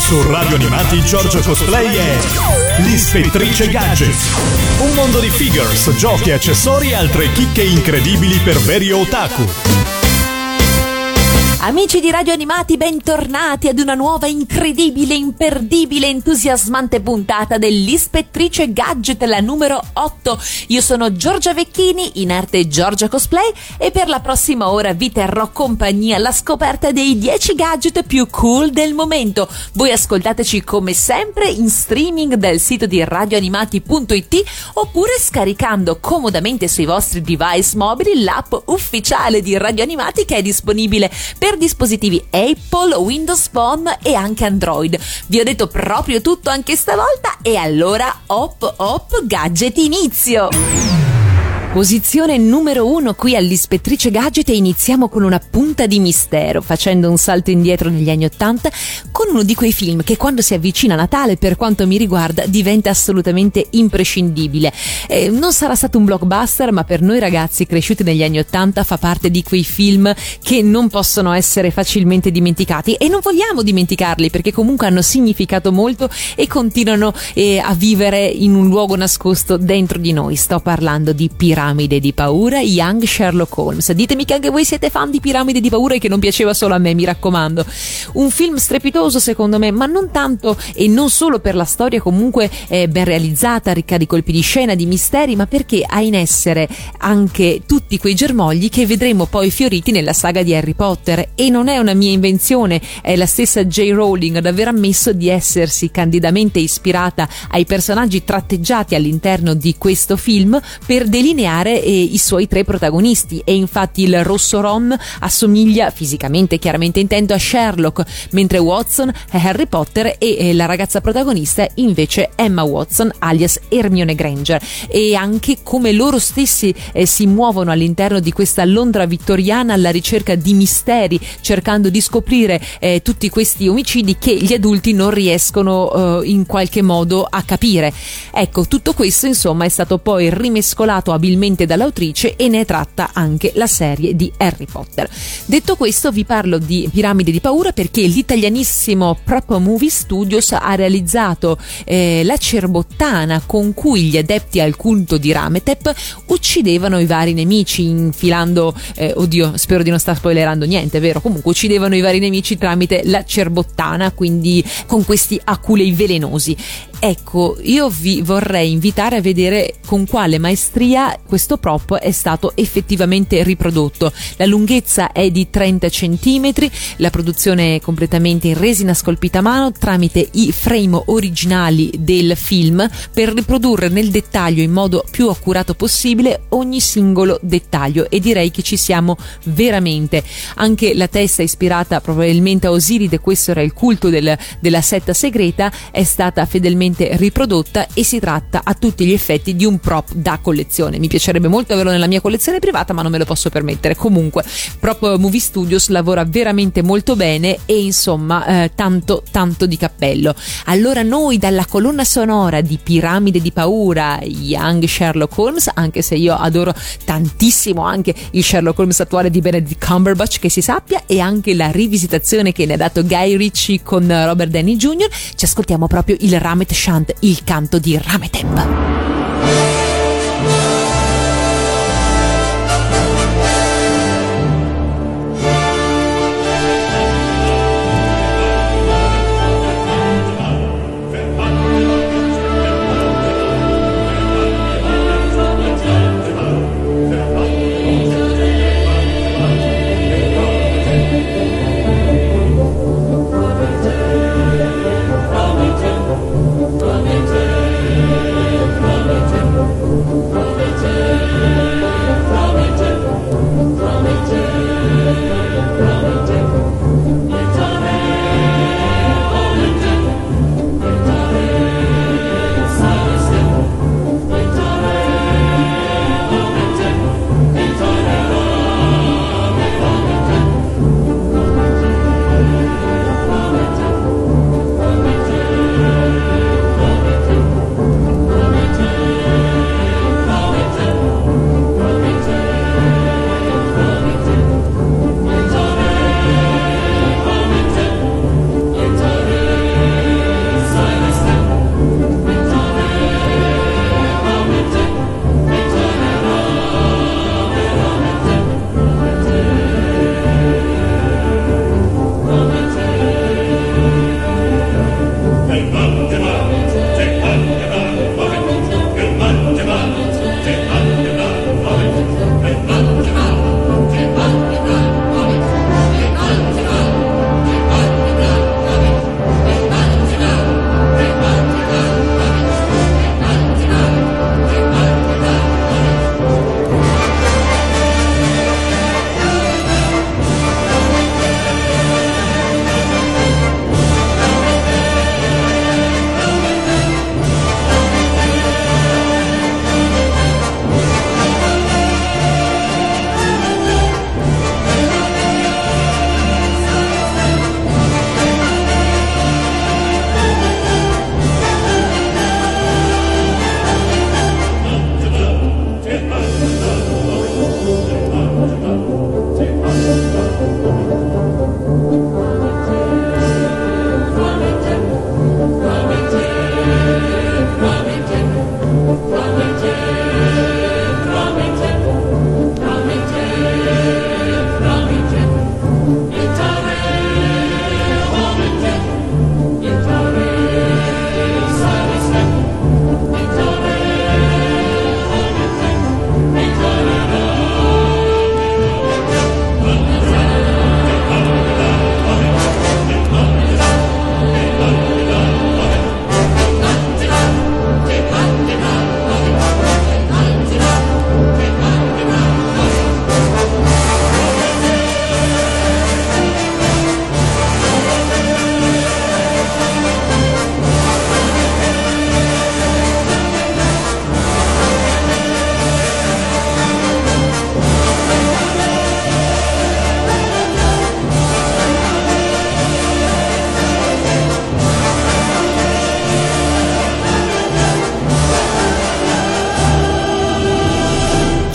Su Radio Animati Giorgio Cosplay è l'Ispettrice Gadget. Un mondo di figures, giochi, accessori e altre chicche incredibili per veri otaku. Amici di Radio Animati, bentornati ad una nuova incredibile, imperdibile, entusiasmante puntata dell'Ispettrice Gadget, la numero 8. Io sono Giorgia Vecchini, in arte Giorgia Cosplay, e per la prossima ora vi terrò compagnia alla scoperta dei 10 gadget più cool del momento. Voi ascoltateci come sempre in streaming dal sito di radioanimati.it oppure scaricando comodamente sui vostri device mobili l'app ufficiale di Radio Animati, che è disponibile per dispositivi Apple, Windows Phone e anche Android. Vi ho detto proprio tutto anche stavolta, e allora hop gadget, inizio! Posizione numero 1 qui all'Ispettrice Gadget, e iniziamo con una punta di mistero, facendo un salto indietro negli anni 80 con uno di quei film che quando si avvicina a Natale, per quanto mi riguarda, diventa assolutamente imprescindibile. Non sarà stato un blockbuster, ma per noi ragazzi cresciuti negli anni 80 fa parte di quei film che non possono essere facilmente dimenticati, e non vogliamo dimenticarli perché comunque hanno significato molto e continuano a vivere in un luogo nascosto dentro di noi. Sto parlando di Piramide di paura, Young Sherlock Holmes. Ditemi che anche voi siete fan di Piramide di paura e che non piaceva solo a me, mi raccomando. Un film strepitoso secondo me, ma non tanto e non solo per la storia comunque ben realizzata, ricca di colpi di scena, di misteri, ma perché ha in essere anche tutti quei germogli che vedremo poi fioriti nella saga di Harry Potter. E non è una mia invenzione, è la stessa J. Rowling ad aver ammesso di essersi candidamente ispirata ai personaggi tratteggiati all'interno di questo film per delineare i suoi 3 protagonisti. E infatti il rosso Ron assomiglia fisicamente, chiaramente intendo, a Sherlock, mentre Watson è Harry Potter e la ragazza protagonista invece Emma Watson alias Hermione Granger. E anche come loro stessi si muovono all'interno di questa Londra vittoriana alla ricerca di misteri, cercando di scoprire tutti questi omicidi che gli adulti non riescono in qualche modo a capire. Ecco, tutto questo insomma è stato poi rimescolato abilmente dall'autrice e ne è tratta anche la serie di Harry Potter. Detto questo, vi parlo di Piramide di paura perché l'italianissimo Prop Movie Studios ha realizzato la cerbottana con cui gli adepti al culto di Rametep uccidevano i vari nemici infilando spero di non star spoilerando niente, vero? Comunque uccidevano i vari nemici tramite la cerbottana, quindi con questi aculei velenosi. Ecco, io vi vorrei invitare a vedere con quale maestria questo prop è stato effettivamente riprodotto. La lunghezza è di 30 centimetri, la produzione è completamente in resina scolpita a mano tramite i frame originali del film, per riprodurre nel dettaglio, in modo più accurato possibile, ogni singolo dettaglio, e direi che ci siamo veramente. Anche la testa, ispirata probabilmente a Osiride, questo era il culto della setta segreta, è stata fedelmente riprodotta, e si tratta a tutti gli effetti di un prop da collezione. Mi piacerebbe molto averlo nella mia collezione privata, ma non me lo posso permettere. Comunque Prop Movie Studios lavora veramente molto bene, e insomma tanto di cappello. Allora noi, dalla colonna sonora di Piramide di paura, Young Sherlock Holmes, anche se io adoro tantissimo anche il Sherlock Holmes attuale di Benedict Cumberbatch, che si sappia, e anche la rivisitazione che ne ha dato Guy Ritchie con Robert Downey Jr., ci ascoltiamo proprio il Ramet Chant, il canto di Rametep.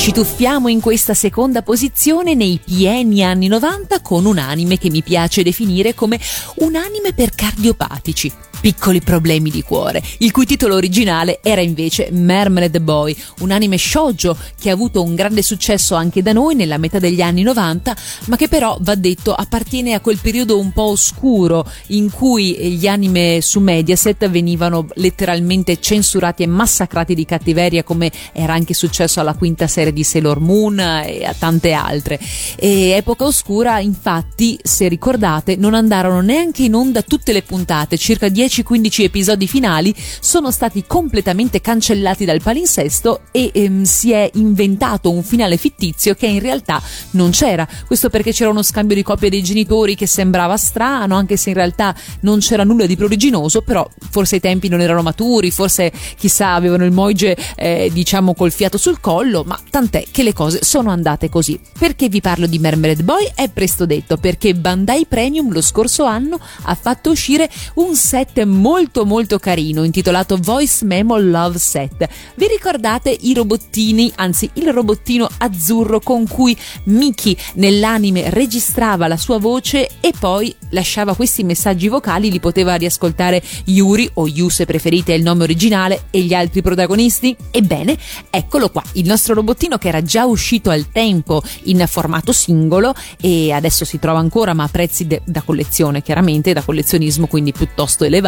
Ci tuffiamo in questa seconda posizione nei pieni anni 90 con un anime che mi piace definire come un anime per cardiopatici. Piccoli problemi di cuore, il cui titolo originale era invece Marmalade Boy, un anime shoujo che ha avuto un grande successo anche da noi nella metà degli anni 90, ma che però, va detto, appartiene a quel periodo un po' oscuro in cui gli anime su Mediaset venivano letteralmente censurati e massacrati di cattiveria, come era anche successo alla quinta serie di Sailor Moon e a tante altre. E epoca oscura, infatti, se ricordate, non andarono neanche in onda tutte le puntate, circa 10-15 episodi finali sono stati completamente cancellati dal palinsesto e si è inventato un finale fittizio che in realtà non c'era. Questo perché c'era uno scambio di coppie dei genitori che sembrava strano, anche se in realtà non c'era nulla di pruriginoso, però forse i tempi non erano maturi, forse chissà avevano il moige diciamo col fiato sul collo, ma tant'è che le cose sono andate così. Perché vi parlo di Marmalade Boy? È presto detto, perché Bandai Premium lo scorso anno ha fatto uscire un set molto molto carino intitolato Voice Memo Love Set. Vi ricordate i robottini, anzi il robottino azzurro con cui Miki nell'anime registrava la sua voce e poi lasciava questi messaggi vocali, li poteva riascoltare Yuri o Yu se preferite il nome originale e gli altri protagonisti? Ebbene, eccolo qua, il nostro robottino che era già uscito al tempo in formato singolo e adesso si trova ancora ma a prezzi da collezione, chiaramente da collezionismo, quindi piuttosto elevati.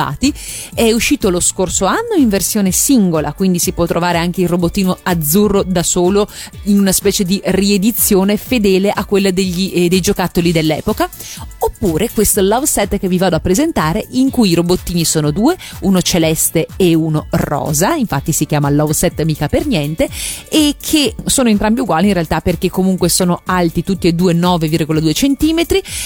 È uscito lo scorso anno in versione singola, quindi si può trovare anche il robottino azzurro da solo in una specie di riedizione fedele a quella dei giocattoli dell'epoca, oppure questo love set che vi vado a presentare in cui i robottini sono due, uno celeste e uno rosa, infatti si chiama love set mica per niente, e che sono entrambi uguali in realtà perché comunque sono alti tutti e due 9,2 cm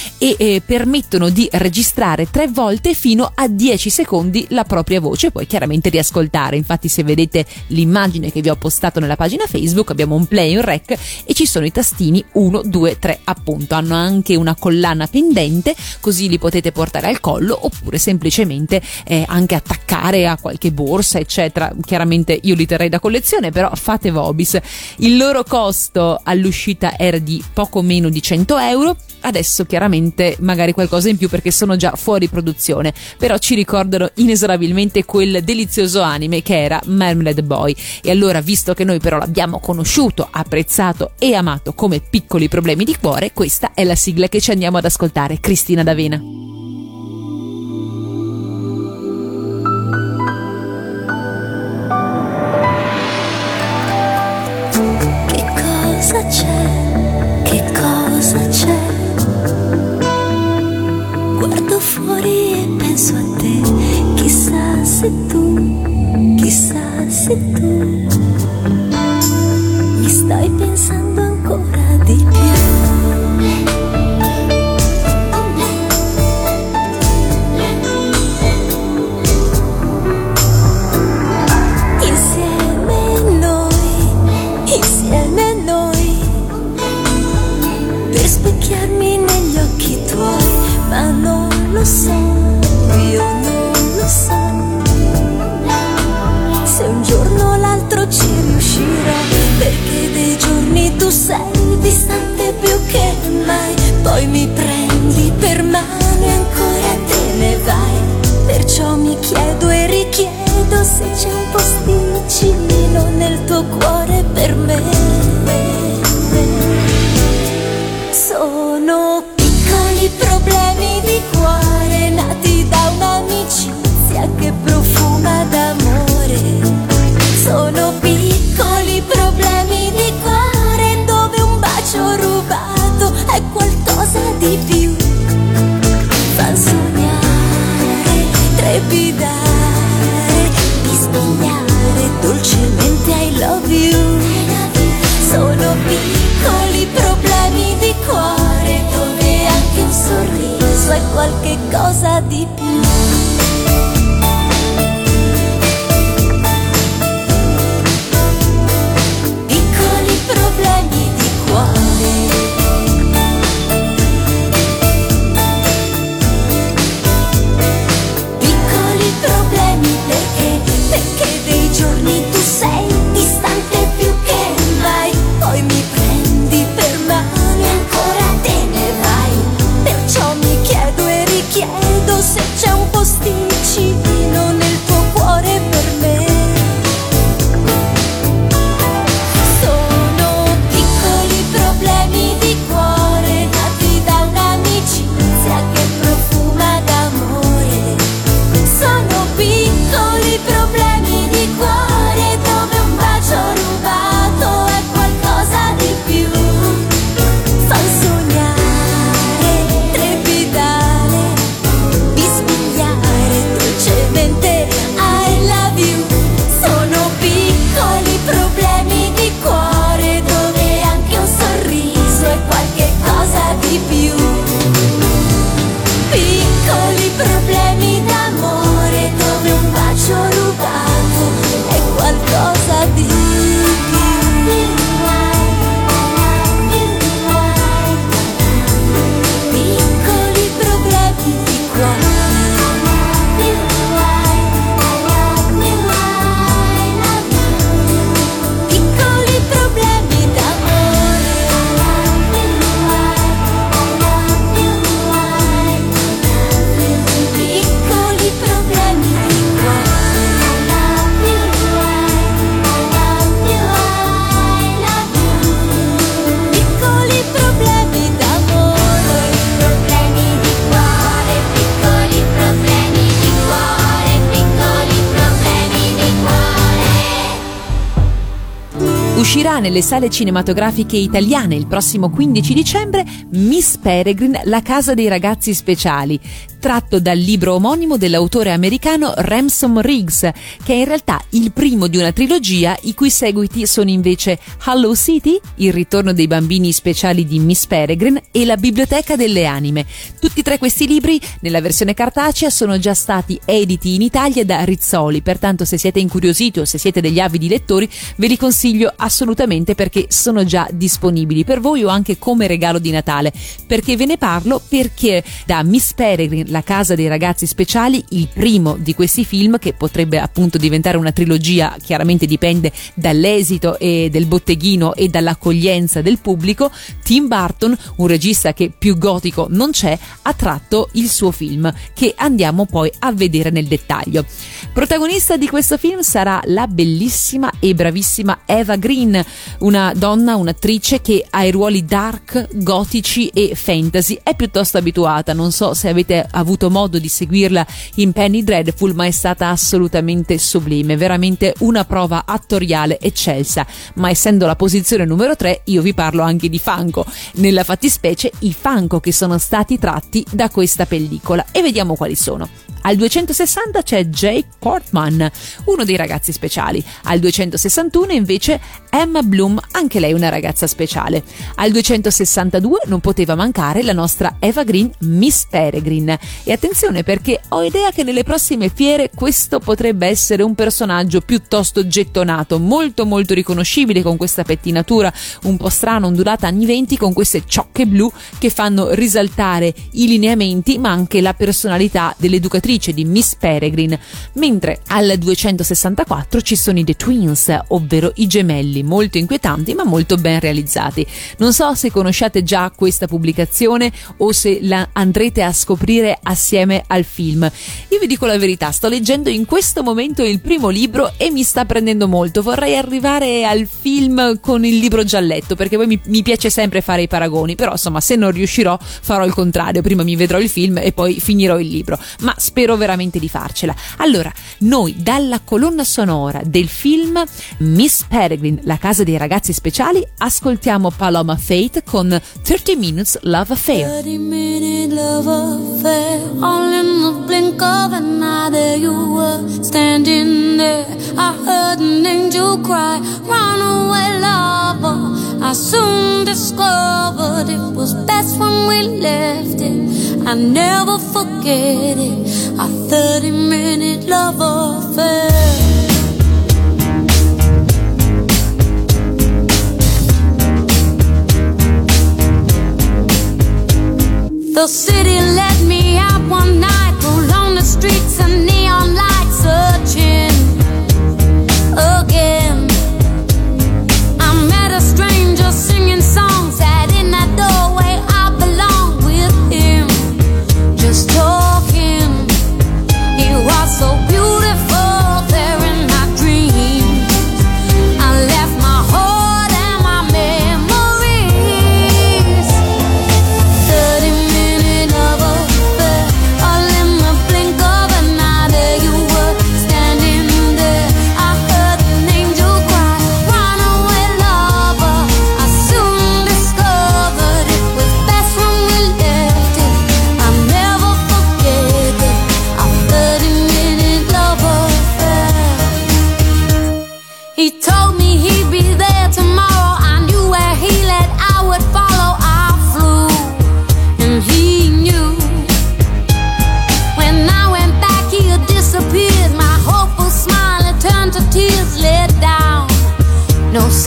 e permettono di registrare 3 volte fino a 10 secondi la propria voce, poi chiaramente riascoltare. Infatti se vedete l'immagine che vi ho postato nella pagina Facebook abbiamo un play e un rec e ci sono i tastini 1, 2, 3 appunto. Hanno anche una collana pendente, così li potete portare al collo oppure semplicemente anche attaccare a qualche borsa eccetera. Chiaramente io li terrei da collezione, però fate vobis. Il loro costo all'uscita era di poco meno di 100 euro, adesso chiaramente magari qualcosa in più perché sono già fuori produzione, però ci ricordano inesorabilmente quel delizioso anime che era Marmalade Boy. E allora, visto che noi però l'abbiamo conosciuto, apprezzato e amato come Piccoli Problemi di Cuore, questa è la sigla che ci andiamo ad ascoltare, Cristina D'Avena. Che cosa c'è? Che cosa c'è? Guardo fuori e penso a te, chissà se tu mi stai pensando ancora di più. Insieme noi, per specchiarmi negli occhi tuoi, ma non lo so, io non lo so, se un giorno o l'altro ci riuscirò, perché dei giorni tu sei distante più che mai, poi mi prendi per mano e ancora te ne vai, perciò mi chiedo e richiedo se c'è un posticino nel tuo cuore per me. Sono piccoli problemi di cuore nati da un'amicizia che profuma d'amore. Sono piccoli problemi di cuore dove un bacio rubato è qualcosa di più. Fan sognare, trepidare, bisbigliare dolcemente I love you. Sono piccoli problemi di cuore dove anche un sorriso è qualche cosa di più. Piccoli problemi di cuore. Piccoli problemi perché dei giorni tu sei distante più che mai, poi se c'è un posticino nel tuo cuore per me. Sono piccoli problemi di cuore nati da un'amicizia che profuma d'amore. Sono piccoli problemi di cuore dove un bacio rubato è qualcosa di più. Fan sognare, trepidare, bisbigliare dolcemente I love you. Sono piccoli problemi di cuore dove anche un sorriso è qualche cosa di più. Piccoli problemi d'amore dove un bacio rubato è qualcosa di più. Piccoli problemi di cuore. Piccoli problemi d'amore. Piccoli problemi di cuore. Piccoli problemi d'amore. Problemi di cuore, piccoli problemi di cuore, piccoli problemi di cuore. Uscirà nelle sale cinematografiche italiane il prossimo 15 dicembre Miss Peregrine, la casa dei ragazzi speciali, tratto dal libro omonimo dell'autore americano Ransom Riggs, che è in realtà il primo di una trilogia i cui seguiti sono invece Hollow City, il ritorno dei bambini speciali di Miss Peregrine e la biblioteca delle anime. Tutti e tre questi libri nella versione cartacea sono già stati editi in Italia da Rizzoli, pertanto se siete incuriositi o se siete degli avidi lettori ve li consiglio assolutamente, perché sono già disponibili per voi o anche come regalo di Natale. Perché ve ne parlo? Perché da Miss Peregrine, la casa dei ragazzi speciali, il primo di questi film, che potrebbe appunto diventare una trilogia, chiaramente dipende dall'esito e del botteghino e dall'accoglienza del pubblico, Tim Burton, un regista che più gotico non c'è, ha tratto il suo film, che andiamo poi a vedere nel dettaglio. Protagonista di questo film sarà la bellissima e bravissima Eva Green, una donna, un'attrice che ai ruoli dark, gotici e fantasy è piuttosto abituata. Non so se avete avuto modo di seguirla in Penny Dreadful, ma è stata assolutamente sublime, veramente una prova attoriale eccelsa. Ma essendo la posizione numero 3, io vi parlo anche di Funko, nella fattispecie i Funko che sono stati tratti da questa pellicola, e vediamo quali sono. Al 260 c'è Jake Portman, uno dei ragazzi speciali. Al 261 invece Emma Bloom, anche lei una ragazza speciale. Al 262 non poteva mancare la nostra Eva Green, Miss Peregrine. E attenzione, perché ho idea che nelle prossime fiere questo potrebbe essere un personaggio piuttosto gettonato, molto molto riconoscibile, con questa pettinatura un po' strana, ondulata anni 20, con queste ciocche blu che fanno risaltare i lineamenti ma anche la personalità dell'educatrice di Miss Peregrine. Mentre al 264 ci sono i The Twins, ovvero i gemelli, molto inquietanti ma molto ben realizzati. Non so se conosciate già questa pubblicazione o se la andrete a scoprire assieme al film. Io vi dico la verità, sto leggendo in questo momento il primo libro e mi sta prendendo molto. Vorrei arrivare al film con il libro già letto, perché poi mi piace sempre fare i paragoni, però insomma se non riuscirò farò il contrario, prima mi vedrò il film e poi finirò il libro, ma spero veramente di farcela. Allora, noi dalla colonna sonora del film Miss Peregrine, la casa dei ragazzi speciali, ascoltiamo Paloma Faith con 30 Minutes Love Affair. 30-minute love affair, all in the blink of an eye, there you were, standing there. I heard an angel cry, run away lover. I soon discovered it was best when we left it. I never forget it, a 30-minute love affair. The city let me out one night, along the streets and neon lights, searching again. I met a stranger singing songs, sat in that doorway, I belong with him, just talking.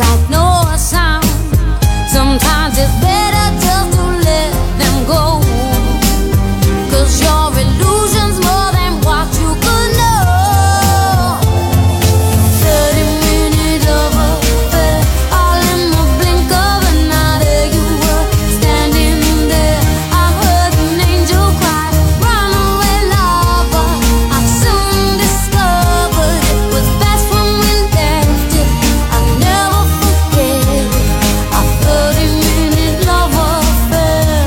sight nor sound. Sometimes it's better just to let them go, 'cause your illusion's more than what you could know. 30-minute love affair, all in the blink of an eye. There you were, standing there. I heard an angel cry, runaway lover. I soon discovered it was best when we left it. I'll never forget it. A 30-minute love affair.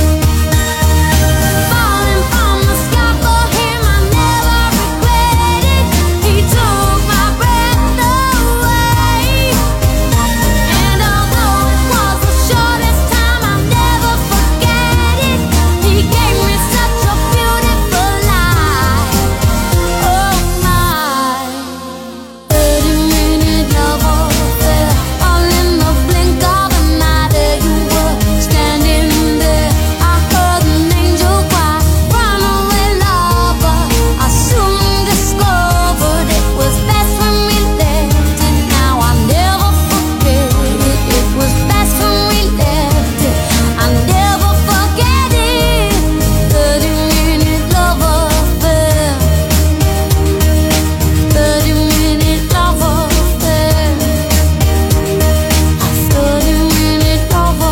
Falling from the sky for him, I never regretted. He took my breath away. And although it was the shortest time, I'll never forget it. He gave me such a beautiful life. Oh my, 30-minute love affair, all in the blink of an eye. There you were, standing there. I heard an angel cry, runaway lover. I soon discovered it was best when we left it. Now I'll never forget it. It was best when we left it. I'll never forget it. 30-minute love affair. 30-minute love affair. A 30-minute love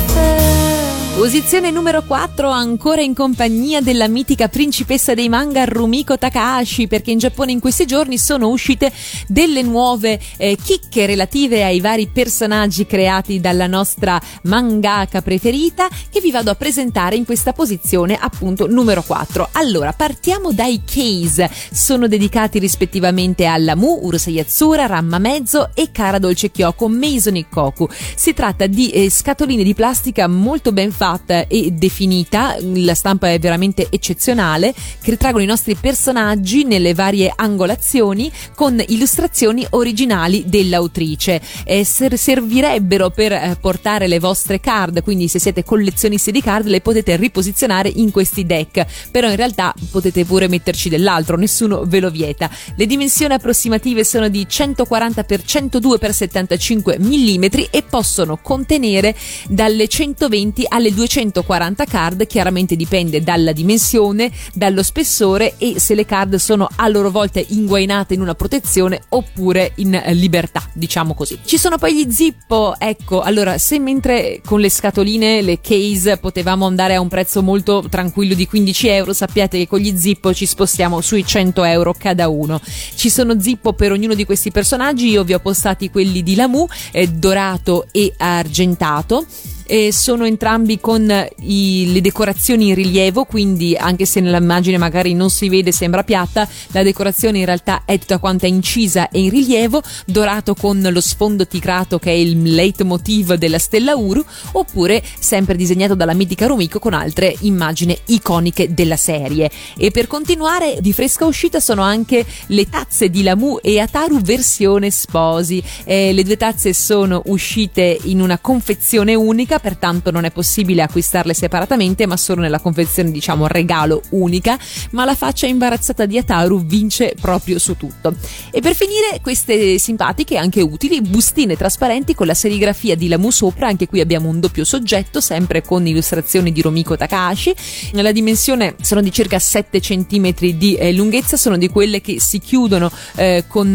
affair. Posizione numero 4, ancora in compagnia della mitica principessa dei manga Rumiko Takahashi, perché in Giappone in questi giorni sono uscite delle nuove chicche relative ai vari personaggi creati dalla nostra mangaka preferita, che vi vado a presentare in questa posizione appunto numero 4. Allora, partiamo dai case. Sono dedicati rispettivamente a Lamu, Urusei Yatsura, Ranma Mezzo e Kara Dolce Kyoko Maison Ikkoku. Si tratta di scatoline di plastica molto ben fatte e definita, la stampa è veramente eccezionale, che ritraggono i nostri personaggi nelle varie angolazioni con illustrazioni originali dell'autrice. Servirebbero per portare le vostre card, quindi se siete collezionisti di card le potete riposizionare in questi deck, però in realtà potete pure metterci dell'altro, nessuno ve lo vieta. Le dimensioni approssimative sono di 140 x 102 x 75 mm e possono contenere dalle 120 alle 240 card, chiaramente dipende dalla dimensione, dallo spessore e se le card sono a loro volta inguainate in una protezione oppure in libertà, diciamo così. Ci sono poi gli zippo, ecco, allora se mentre con le scatoline, le case, potevamo andare a un prezzo molto tranquillo di 15 euro, sappiate che con gli zippo ci spostiamo sui 100 euro cada uno. Ci sono zippo per ognuno di questi personaggi, io vi ho postati quelli di Lamu, dorato e argentato. Sono entrambi con le decorazioni in rilievo, quindi anche se nell'immagine magari non si vede, sembra piatta, la decorazione in realtà è tutta quanta incisa e in rilievo, dorato con lo sfondo ticrato che è il leitmotiv della stella Uru, oppure sempre disegnato dalla mitica Rumiko con altre immagini iconiche della serie. E per continuare, di fresca uscita sono anche le tazze di Lamu e Ataru versione sposi. Le due tazze sono uscite in una confezione unica, pertanto non è possibile acquistarle separatamente, ma solo nella confezione, diciamo, regalo unica, ma la faccia imbarazzata di Ataru vince proprio su tutto. E per finire, queste simpatiche e anche utili bustine trasparenti con la serigrafia di Lamu sopra, anche qui abbiamo un doppio soggetto, sempre con illustrazioni di Rumiko Takahashi. La dimensione sono di circa 7 cm di lunghezza, sono di quelle che si chiudono con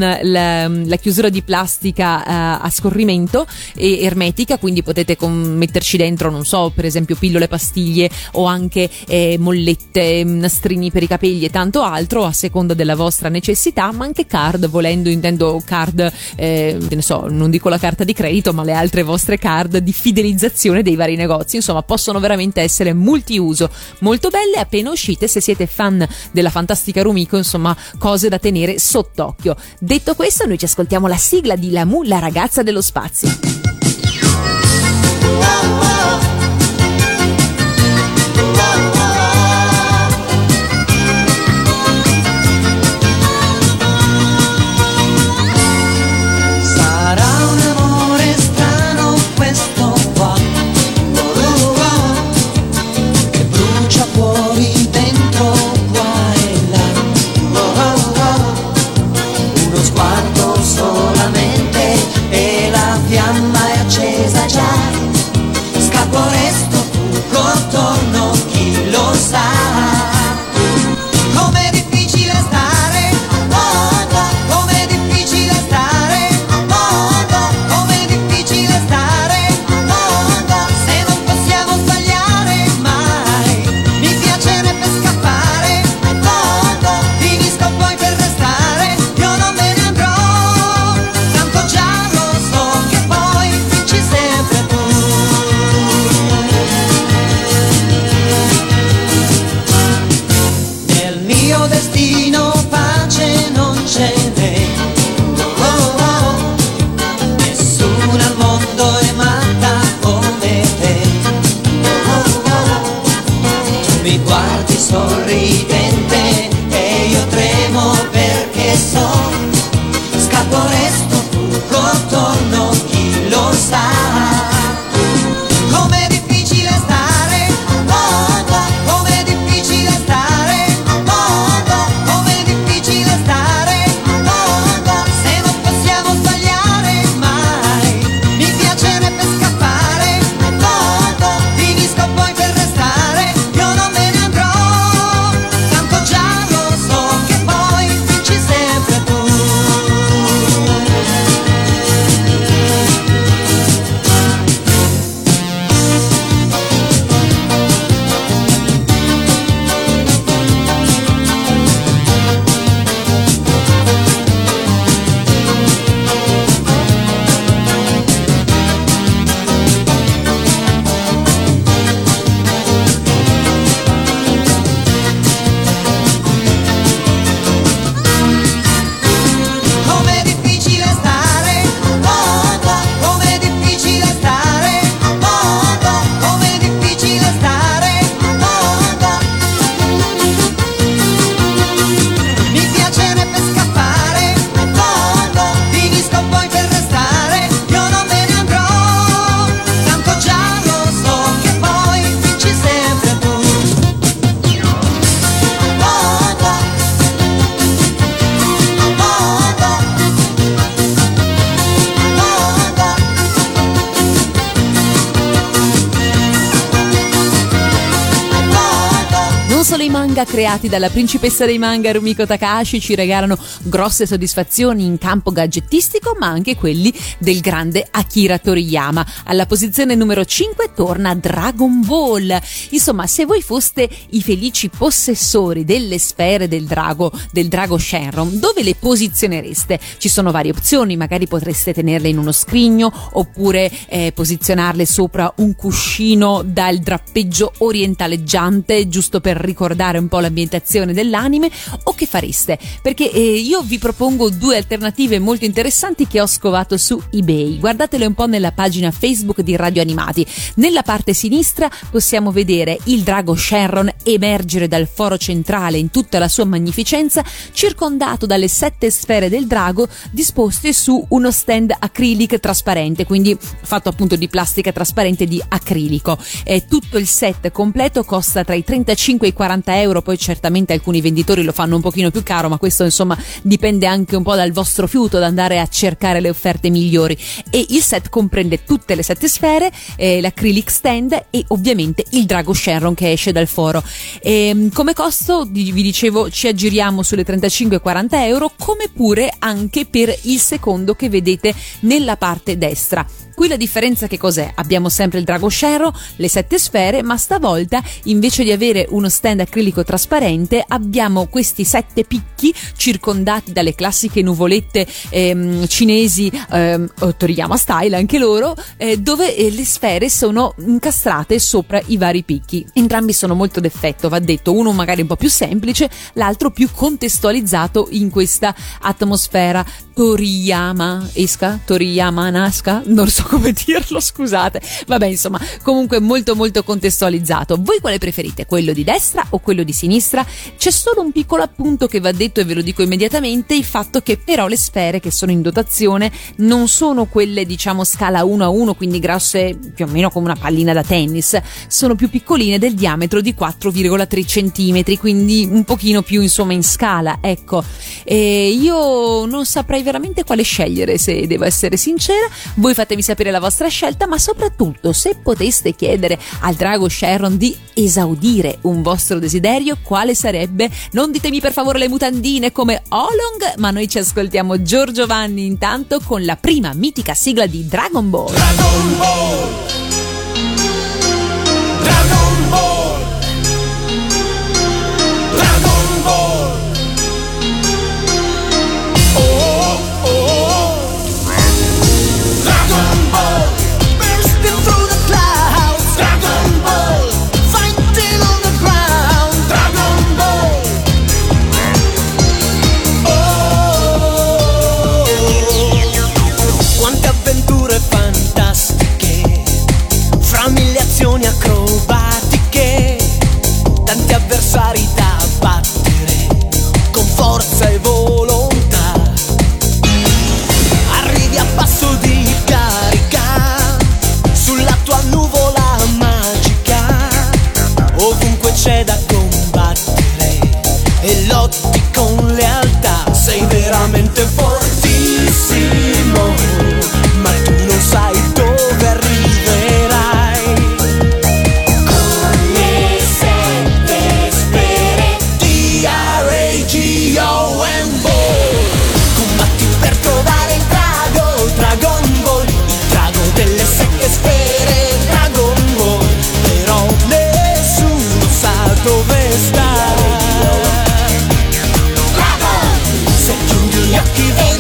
la chiusura di plastica a scorrimento e ermetica, quindi potete metterci dentro, non so, per esempio pillole, pastiglie o anche mollette, nastrini per i capelli e tanto altro a seconda della vostra necessità, ma anche card, volendo, intendo card, ne so, non dico la carta di credito, ma le altre vostre card di fidelizzazione dei vari negozi. Insomma, possono veramente essere multiuso, molto belle, appena uscite. Se siete fan della fantastica Rumiko, insomma, cose da tenere sott'occhio. Detto questo, noi ci ascoltiamo la sigla di Lamu, la ragazza dello spazio. Sarà un amore strano questo qua, che brucia fuori, dentro, qua e là. Uno sguardo solamente e la fiamma manga creati dalla principessa dei manga Rumiko Takahashi ci regalano grosse soddisfazioni in campo gadgettistico, ma anche quelli del grande Akira Toriyama. Alla posizione numero 5 torna Dragon Ball. Insomma, se voi foste i felici possessori delle sfere del drago Shenron, dove le posizionereste? Ci sono varie opzioni, magari potreste tenerle in uno scrigno oppure posizionarle sopra un cuscino dal drappeggio orientaleggiante, giusto per ricordare un po' l'ambientazione dell'anime. O che fareste? Perché io vi propongo due alternative molto interessanti che ho scovato su eBay. Guardatele un po' nella pagina Facebook di Radio Animati. Nella parte sinistra possiamo vedere il drago Shenron emergere dal foro centrale in tutta la sua magnificenza, circondato dalle 7 sfere del drago disposte su uno stand acrilic trasparente, quindi fatto appunto di plastica trasparente di acrilico. Tutto il set completo costa tra i 35 e i 40 euro, poi certamente alcuni venditori lo fanno un pochino più caro, ma questo insomma dipende anche un po' dal vostro fiuto, da andare a cercare le offerte migliori. E il set comprende tutte le 7 sfere, l'acrylic stand e ovviamente il drago Shenron che esce dal foro. Come costo, vi dicevo, ci aggiriamo sulle 35-40 euro, come pure anche per il secondo che vedete nella parte destra. Qui la differenza che cos'è? Abbiamo sempre il drago Shenron, le 7 sfere, ma stavolta invece di avere uno stand acrilico trasparente abbiamo questi 7 picchi circondati dalle classiche nuvolette cinesi, Toriyama style anche loro, dove le sfere sono incastrate sopra i vari picchi. Entrambi sono molto d'effetto, va detto, uno magari un po' più semplice, l'altro più contestualizzato in questa atmosfera Toriyama-esca, non so come dirlo, scusate. Vabbè, insomma, comunque molto molto contestualizzato. Voi quale preferite? Quello di destra o quello di sinistra? C'è solo un piccolo appunto che va detto e ve lo dico immediatamente, il fatto che però le sfere che sono in dotazione non sono quelle diciamo scala 1:1, quindi grosse più o meno come una pallina da tennis, sono più piccoline, del diametro di 4,3 centimetri, quindi un pochino più insomma in scala, ecco. Io non saprei veramente quale scegliere, se devo essere sincera. Voi fatemi sapere la vostra scelta, ma soprattutto se poteste chiedere al drago Shenron di esaudire un vostro desiderio, quale sarebbe? Non ditemi per favore le mutandine come Oolong, ma noi ci ascoltiamo Giorgio Vanni intanto con la prima mitica sigla di Dragon Ball. Dragon Ball, Dragon Ball, Dragon Ball. Oh, oh, oh. Dragon Ball, bursting through the clouds. Dragon Ball, fighting on the ground. Dragon Ball. Oh, quante avventure fantastiche, fra mille azioni acrobatiche, tanti avversari da battere con forza e volontà. Arrivi a passo di carica sulla tua nuvola magica, ovunque c'è da combattere e lotti con lealtà. Sei veramente fortissimo, ma tu non sai dove arriverai. Con le 7 sfere D-R-A-G-O-N-Ball, combatti per trovare il drago, Dragon Ball, il drago delle 7 sfere, Dragon Ball, però nessuno sa dove sta. Se chiudi gli occhi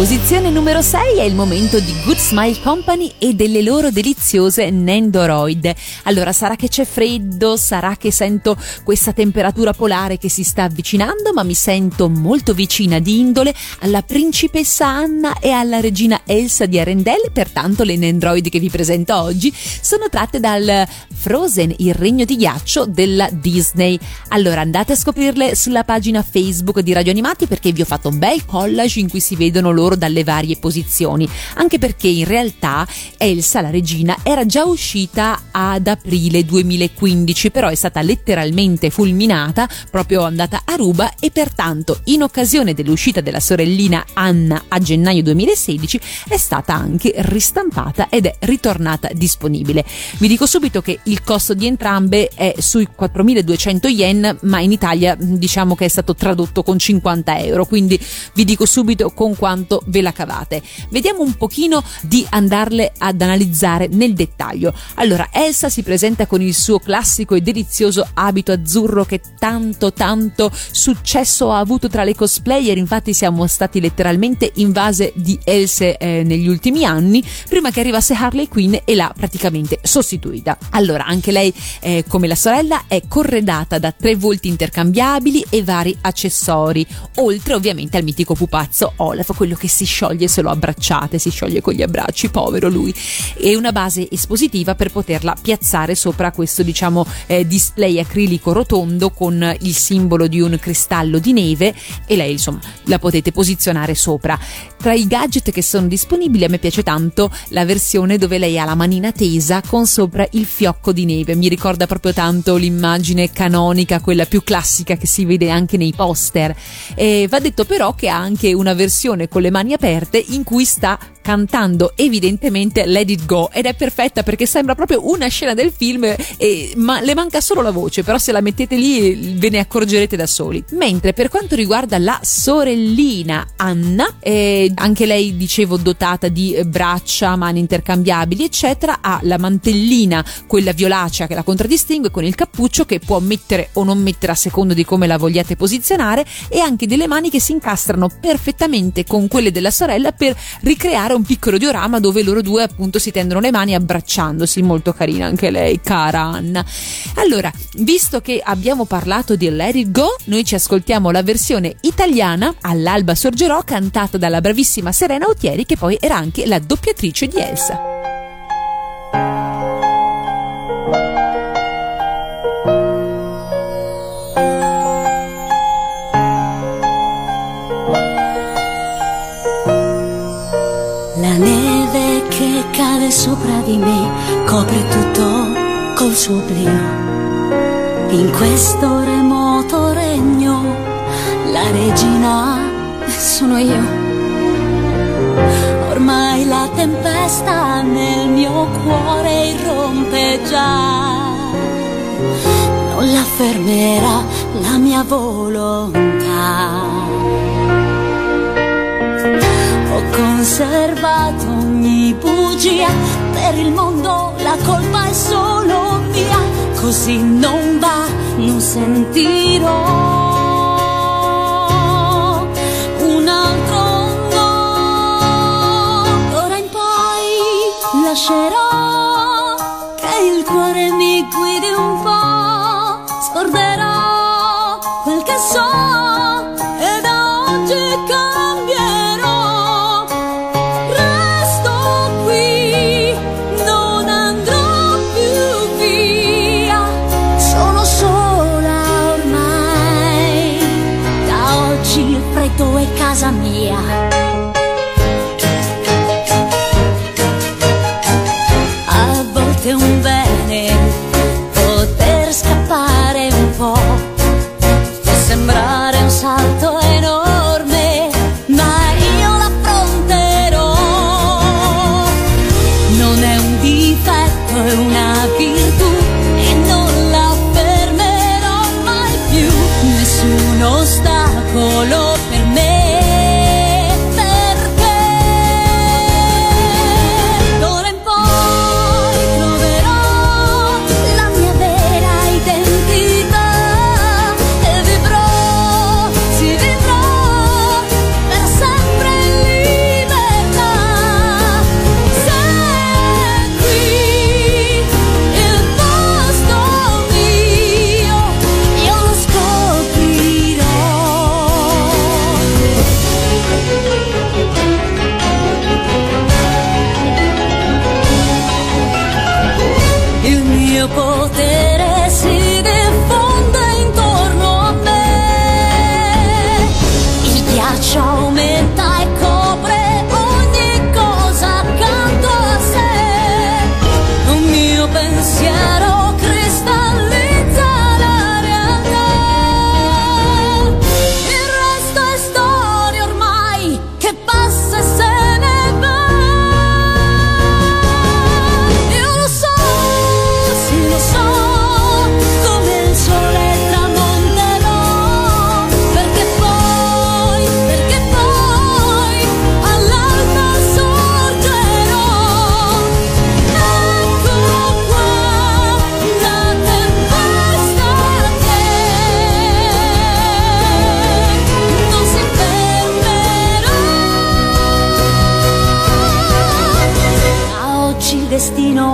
Posizione numero 6 è il momento di Good Smile Company e delle loro deliziose Nendoroid. Allora, sarà che c'è freddo, sarà che sento questa temperatura polare che si sta avvicinando, ma mi sento molto vicina di indole alla principessa Anna e alla regina Elsa di Arendelle, pertanto le Nendoroid che vi presento oggi sono tratte dal Frozen, il regno di ghiaccio della Disney. Allora, andate a scoprirle sulla pagina Facebook di Radio Animati, perché vi ho fatto un bel collage in cui si vedono loro dalle varie posizioni, anche perché in realtà Elsa, la regina, era già uscita ad aprile 2015, però è stata letteralmente fulminata, proprio andata a ruba, e pertanto in occasione dell'uscita della sorellina Anna a gennaio 2016 è stata anche ristampata ed è ritornata disponibile. Vi dico subito che il costo di entrambe è sui 4.200 yen, ma in Italia diciamo che è stato tradotto con 50 euro, quindi vi dico subito con quanto ve la cavate. Vediamo un pochino di andarle ad analizzare nel dettaglio. Allora, Elsa si presenta con il suo classico e delizioso abito azzurro che tanto successo ha avuto tra le cosplayer, infatti siamo stati letteralmente invase di Else negli ultimi anni, prima che arrivasse Harley Quinn e l'ha praticamente sostituita. Allora, anche lei come la sorella è corredata da 3 volti intercambiabili e vari accessori, oltre ovviamente al mitico pupazzo Olaf, quello che si scioglie se lo abbracciate, si scioglie con gli abbracci, povero lui, e una base espositiva per poterla piazzare sopra questo display acrilico rotondo con il simbolo di un cristallo di neve, e lei insomma la potete posizionare sopra. Tra i gadget che sono disponibili a me piace tanto la versione dove lei ha la manina tesa con sopra il fiocco di neve, mi ricorda proprio tanto l'immagine canonica, quella più classica che si vede anche nei poster. E va detto però che ha anche una versione con le mani aperte in cui sta cantando evidentemente Let It Go, ed è perfetta perché sembra proprio una scena del film, ma le manca solo la voce, però se la mettete lì ve ne accorgerete da soli. Mentre per quanto riguarda la sorellina Anna, anche lei dicevo dotata di braccia, mani intercambiabili eccetera, ha la mantellina, quella violacea che la contraddistingue, con il cappuccio che può mettere o non mettere a secondo di come la vogliate posizionare, e anche delle mani che si incastrano perfettamente con quelle della sorella per ricreare un piccolo diorama dove loro due appunto si tendono le mani abbracciandosi. Molto carina anche lei, cara Anna. Allora, visto che abbiamo parlato di Let It Go, noi ci ascoltiamo la versione italiana, All'alba sorgerò, cantata dalla bravissima Serena Autieri, che poi era anche la doppiatrice di Elsa. La neve che cade sopra di me copre tutto col suo oblio. In questo remoto regno la regina sono io. Ormai la tempesta nel mio cuore irrompe già. Non la fermerà la mia volontà. Ho conservato ogni bugia, per il mondo la colpa è solo mia, così non va, non sentirò un altro no. D'ora in poi lascerò che il cuore mi guidi un po', scorderò quel che so e da oggi cambierò. È casa mia. A volte è un bene poter scappare un po', può sembrare un salto enorme, ma io l'affronterò. Non è un difetto, è una virtù e non la fermerò mai più. Nessun ostacolo per me. Si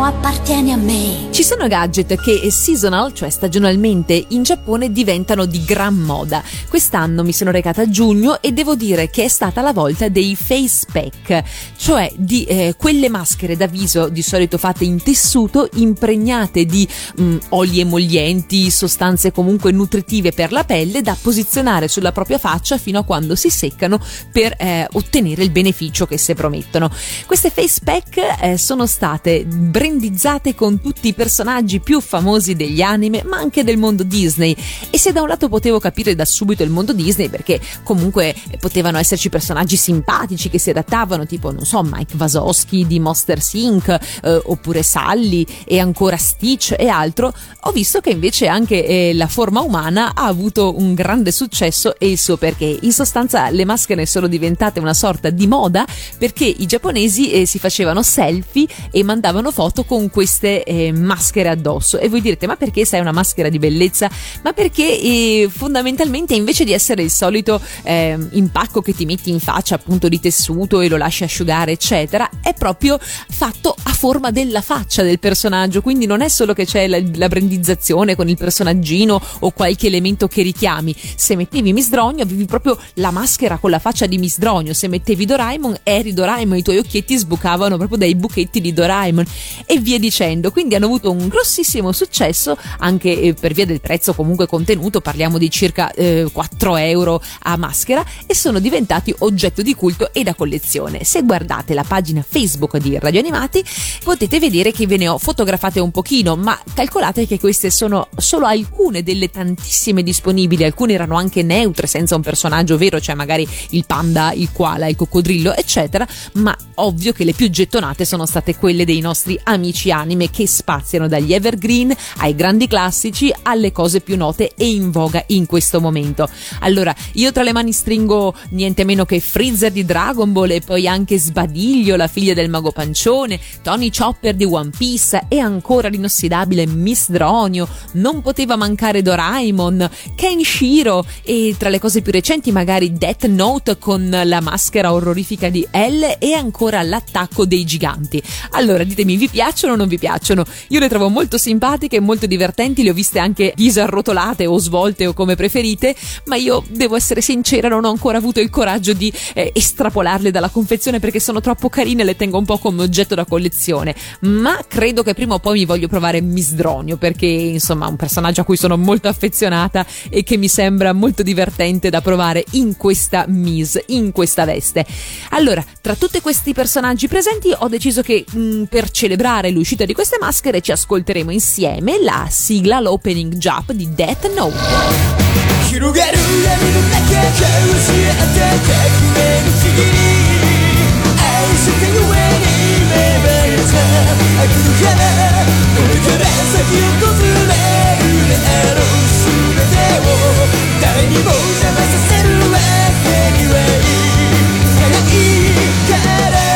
appartiene a me. Ci sono gadget che seasonal, cioè stagionalmente in Giappone, diventano di gran moda. Quest'anno mi sono recata a giugno e devo dire che è stata la volta dei face pack, cioè di quelle maschere da viso di solito fatte in tessuto, impregnate di oli emollienti, sostanze comunque nutritive per la pelle, da posizionare sulla propria faccia fino a quando si seccano per ottenere il beneficio che se promettono. Queste face pack sono state brandizzate con tutti i personaggi più famosi degli anime, ma anche del mondo Disney, e se da un lato potevo capire da subito il mondo Disney, perché comunque potevano esserci personaggi simpatici che si adattavano, tipo non so, Mike Wazowski di Monsters Inc, oppure Sally e ancora Stitch e altro, ho visto che invece anche la forma umana ha avuto un grande successo e il suo perché. In sostanza le maschere sono diventate una sorta di moda perché i giapponesi si facevano selfie e mandavano foto con queste maschere addosso. E voi direte: ma perché sei una maschera di bellezza? Ma perché fondamentalmente, invece di essere il solito impacco che ti metti in faccia appunto di tessuto e lo lasci asciugare eccetera, è proprio fatto a forma della faccia del personaggio, quindi non è solo che c'è la brandizzazione con il personaggino o qualche elemento che richiami. Se mettevi Misdronio avevi proprio la maschera con la faccia di Misdronio, se mettevi Doraemon eri Doraemon, i tuoi occhietti sbucavano proprio dai buchetti di Doraemon e via dicendo. Quindi hanno avuto un grossissimo successo anche per via del prezzo comunque contenuto, parliamo di circa 4 euro a maschera, e sono diventati oggetto di culto e da collezione. Se guardate la pagina Facebook di Radio Animati potete vedere che ve ne ho fotografate un pochino, ma calcolate che queste sono solo alcune delle tantissime disponibili. Alcune erano anche neutre, senza un personaggio vero, cioè magari il panda, il koala, il coccodrillo eccetera, ma ovvio che le più gettonate sono state quelle dei nostri amici anime, che spaziano dagli evergreen ai grandi classici alle cose più note e in voga in questo momento. Allora, io tra le mani stringo niente meno che Freezer di Dragon Ball, e poi anche Sbadiglio, la figlia del mago pancione, Tony Chopper di One Piece e ancora l'inossidabile Misdronio. Non poteva mancare Doraemon, Kenshiro e tra le cose più recenti magari Death Note con la maschera orrorifica di L e ancora l'attacco dei giganti. Allora ditemi, vi piacciono o non vi piacciono? Io le trovo molto simpatiche e molto divertenti, le ho viste anche disarrotolate o svolte o come preferite, ma io devo essere sincera, non ho ancora avuto il coraggio di estrapolarle dalla confezione perché sono troppo carine e le tengo un po' come oggetto da collezione, ma credo che prima o poi mi voglio provare Misdronio, perché insomma è un personaggio a cui sono molto affezionata e che mi sembra molto divertente da provare in questa in questa veste. Allora, tra tutti questi personaggi presenti ho deciso che per celebrare l'uscita di queste maschere ci ascolteremo insieme la sigla, l'opening jump di Death Note. 広がる闇の中交わし合った革命の次愛してゆえに芽生えた悪の花これから先を訪れるであろう全てを誰にも邪魔させるわけにはいかないから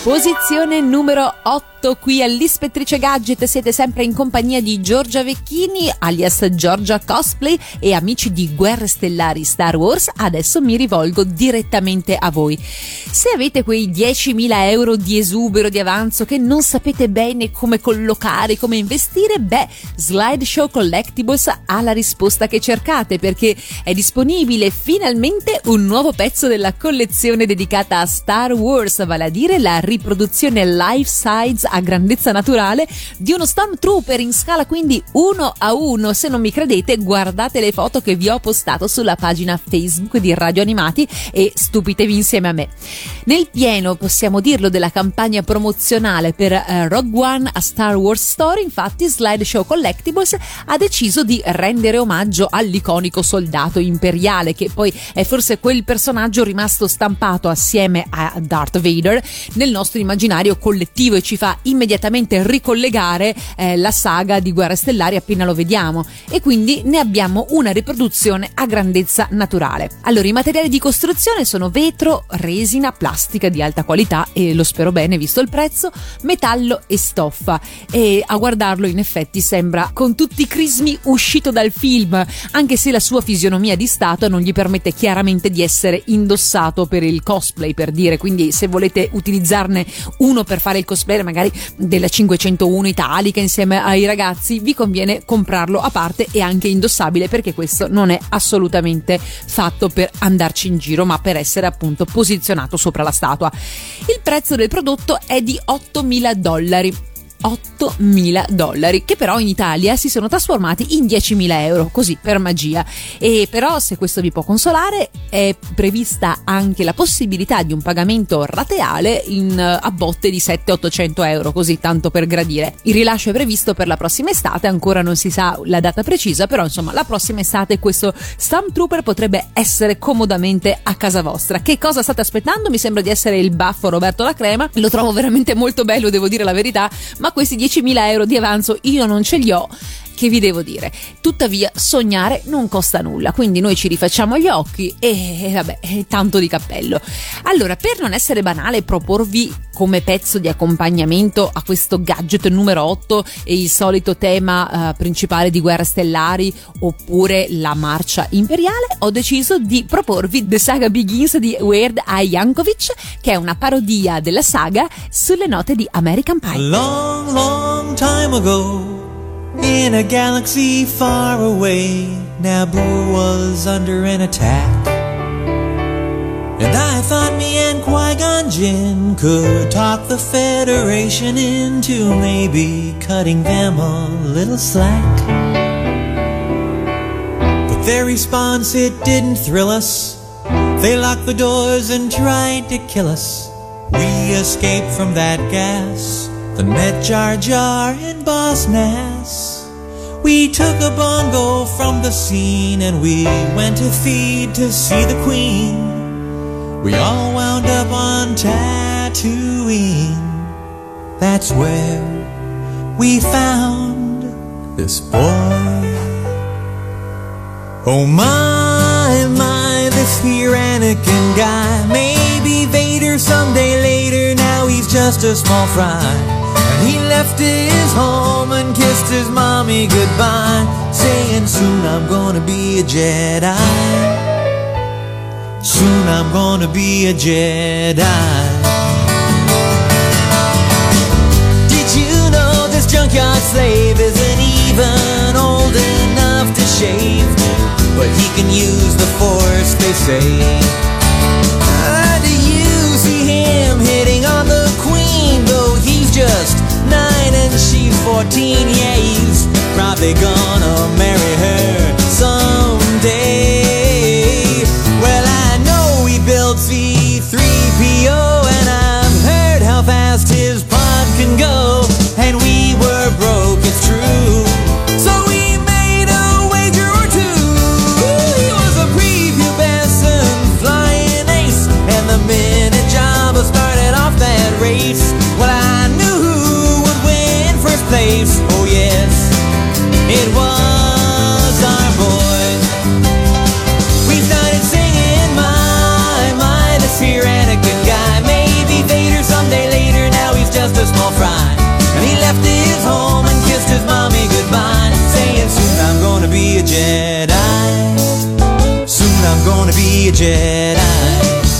Posizione numero 8 qui all'Ispettrice Gadget. Siete sempre in compagnia di Giorgia Vecchini alias Giorgia Cosplay e amici di Guerre Stellari Star Wars. Adesso mi rivolgo direttamente a voi. Se avete quei 10.000 euro di esubero, di avanzo che non sapete bene come collocare, come investire, Slideshow Collectibles ha la risposta che cercate, perché è disponibile finalmente un nuovo pezzo della collezione dedicata a Star Wars, vale a dire la riproduzione life size a grandezza naturale di uno Stormtrooper in scala quindi 1:1. Se non mi credete, guardate le foto che vi ho postato sulla pagina Facebook di Radio Animati e stupitevi insieme a me. Nel pieno, possiamo dirlo, della campagna promozionale per Rogue One a Star Wars Story, infatti Slideshow Collectibles ha deciso di rendere omaggio all'iconico soldato imperiale, che poi è forse quel personaggio rimasto stampato assieme a Darth Vader nel nostro immaginario collettivo e ci fa immediatamente ricollegare la saga di Guerre Stellari appena lo vediamo, e quindi ne abbiamo una riproduzione a grandezza naturale. Allora, i materiali di costruzione sono vetro, resina, plastica di alta qualità e lo spero bene visto il prezzo, metallo e stoffa, e a guardarlo in effetti sembra con tutti i crismi uscito dal film, anche se la sua fisionomia di statua non gli permette chiaramente di essere indossato per il cosplay, per dire. Quindi se volete utilizzarne uno per fare il cosplay magari della 501 italica insieme ai ragazzi, vi conviene comprarlo a parte e anche indossabile, perché questo non è assolutamente fatto per andarci in giro ma per essere appunto posizionato sopra la statua. Il prezzo del prodotto è di $8.000. $8.000 che però in Italia si sono trasformati in 10.000 euro, così per magia. E però, se questo vi può consolare, è prevista anche la possibilità di un pagamento rateale a botte di 700-800 euro, così tanto per gradire. Il rilascio è previsto per la prossima estate, ancora non si sa la data precisa, però insomma la prossima estate questo Stormtrooper potrebbe essere comodamente a casa vostra. Che cosa state aspettando? Mi sembra di essere il baffo Roberto La Crema, lo trovo veramente molto bello, devo dire la verità, ma questi 10.000 euro di avanzo io non ce li ho. Che vi devo dire? Tuttavia sognare non costa nulla, quindi noi ci rifacciamo gli occhi e vabbè, tanto di cappello. Allora, per non essere banale, proporvi come pezzo di accompagnamento a questo gadget numero 8 e il solito tema principale di Guerre Stellari oppure la marcia imperiale, ho deciso di proporvi The Saga Begins di Weird Al Yankovic, che è una parodia della saga sulle note di American Pie. A long, long time ago, in a galaxy far away, Naboo was under an attack. And I thought me and Qui-Gon Jinn could talk the Federation into maybe cutting them a little slack. But their response, it didn't thrill us. They locked the doors and tried to kill us. We escaped from that gas, then met Jar Jar and Boss Nass. We took a bongo from the scene and we went to Theed to see the Queen. We all wound up on Tatooine. That's where we found this boy. Oh my, this here Anakin guy. Maybe Vader someday later, now he's just a small fry. He left his home and kissed his mommy goodbye, saying soon I'm gonna be a Jedi. Soon I'm gonna be a Jedi. Did you know this junkyard slave isn't even old enough to shave? But he can use the Force, they say. Do you see him hitting on the Queen, though he's just 9 and she's 14, yeah, he's probably gonna marry her someday. Well, I know he built C-3PO, and I've heard how fast his pod can go, and we were broke, it's true, so we made a wager or two. He was a prepubescent flying ace, and the minute Jabba started off that race, well, I knew place. Oh yes, it was Jedi.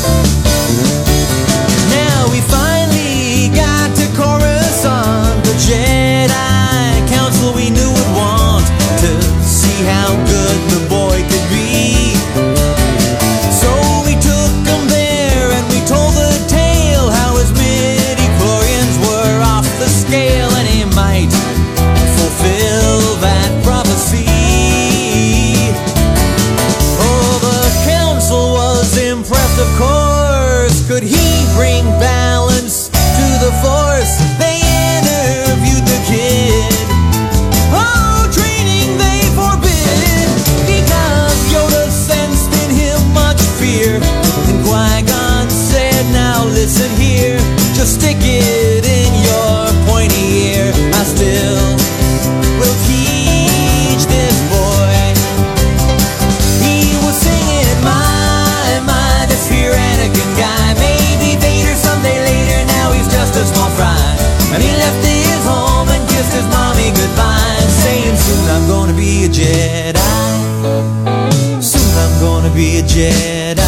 Now we finally got to Coruscant, the Jedi Council we knew would want to see how good the boy could be. So we took him there and we told the tale how his midi-chlorians were off the scale, and he might fulfill that prophecy. Oh, the council was impressed, of course. Could he bring balance to the Force? They interviewed the kid. Oh, training they forbid, because Yoda sensed in him much fear. And Qui-Gon said, now listen here, just stick it in your pointy ear. I still will teach this boy. He was singing, my, this here Anakin guy. Maybe Vader someday later, now he's just a small fry. And he left his home and kissed his mommy goodbye, saying soon I'm gonna be a Jedi. Soon I'm gonna be a Jedi.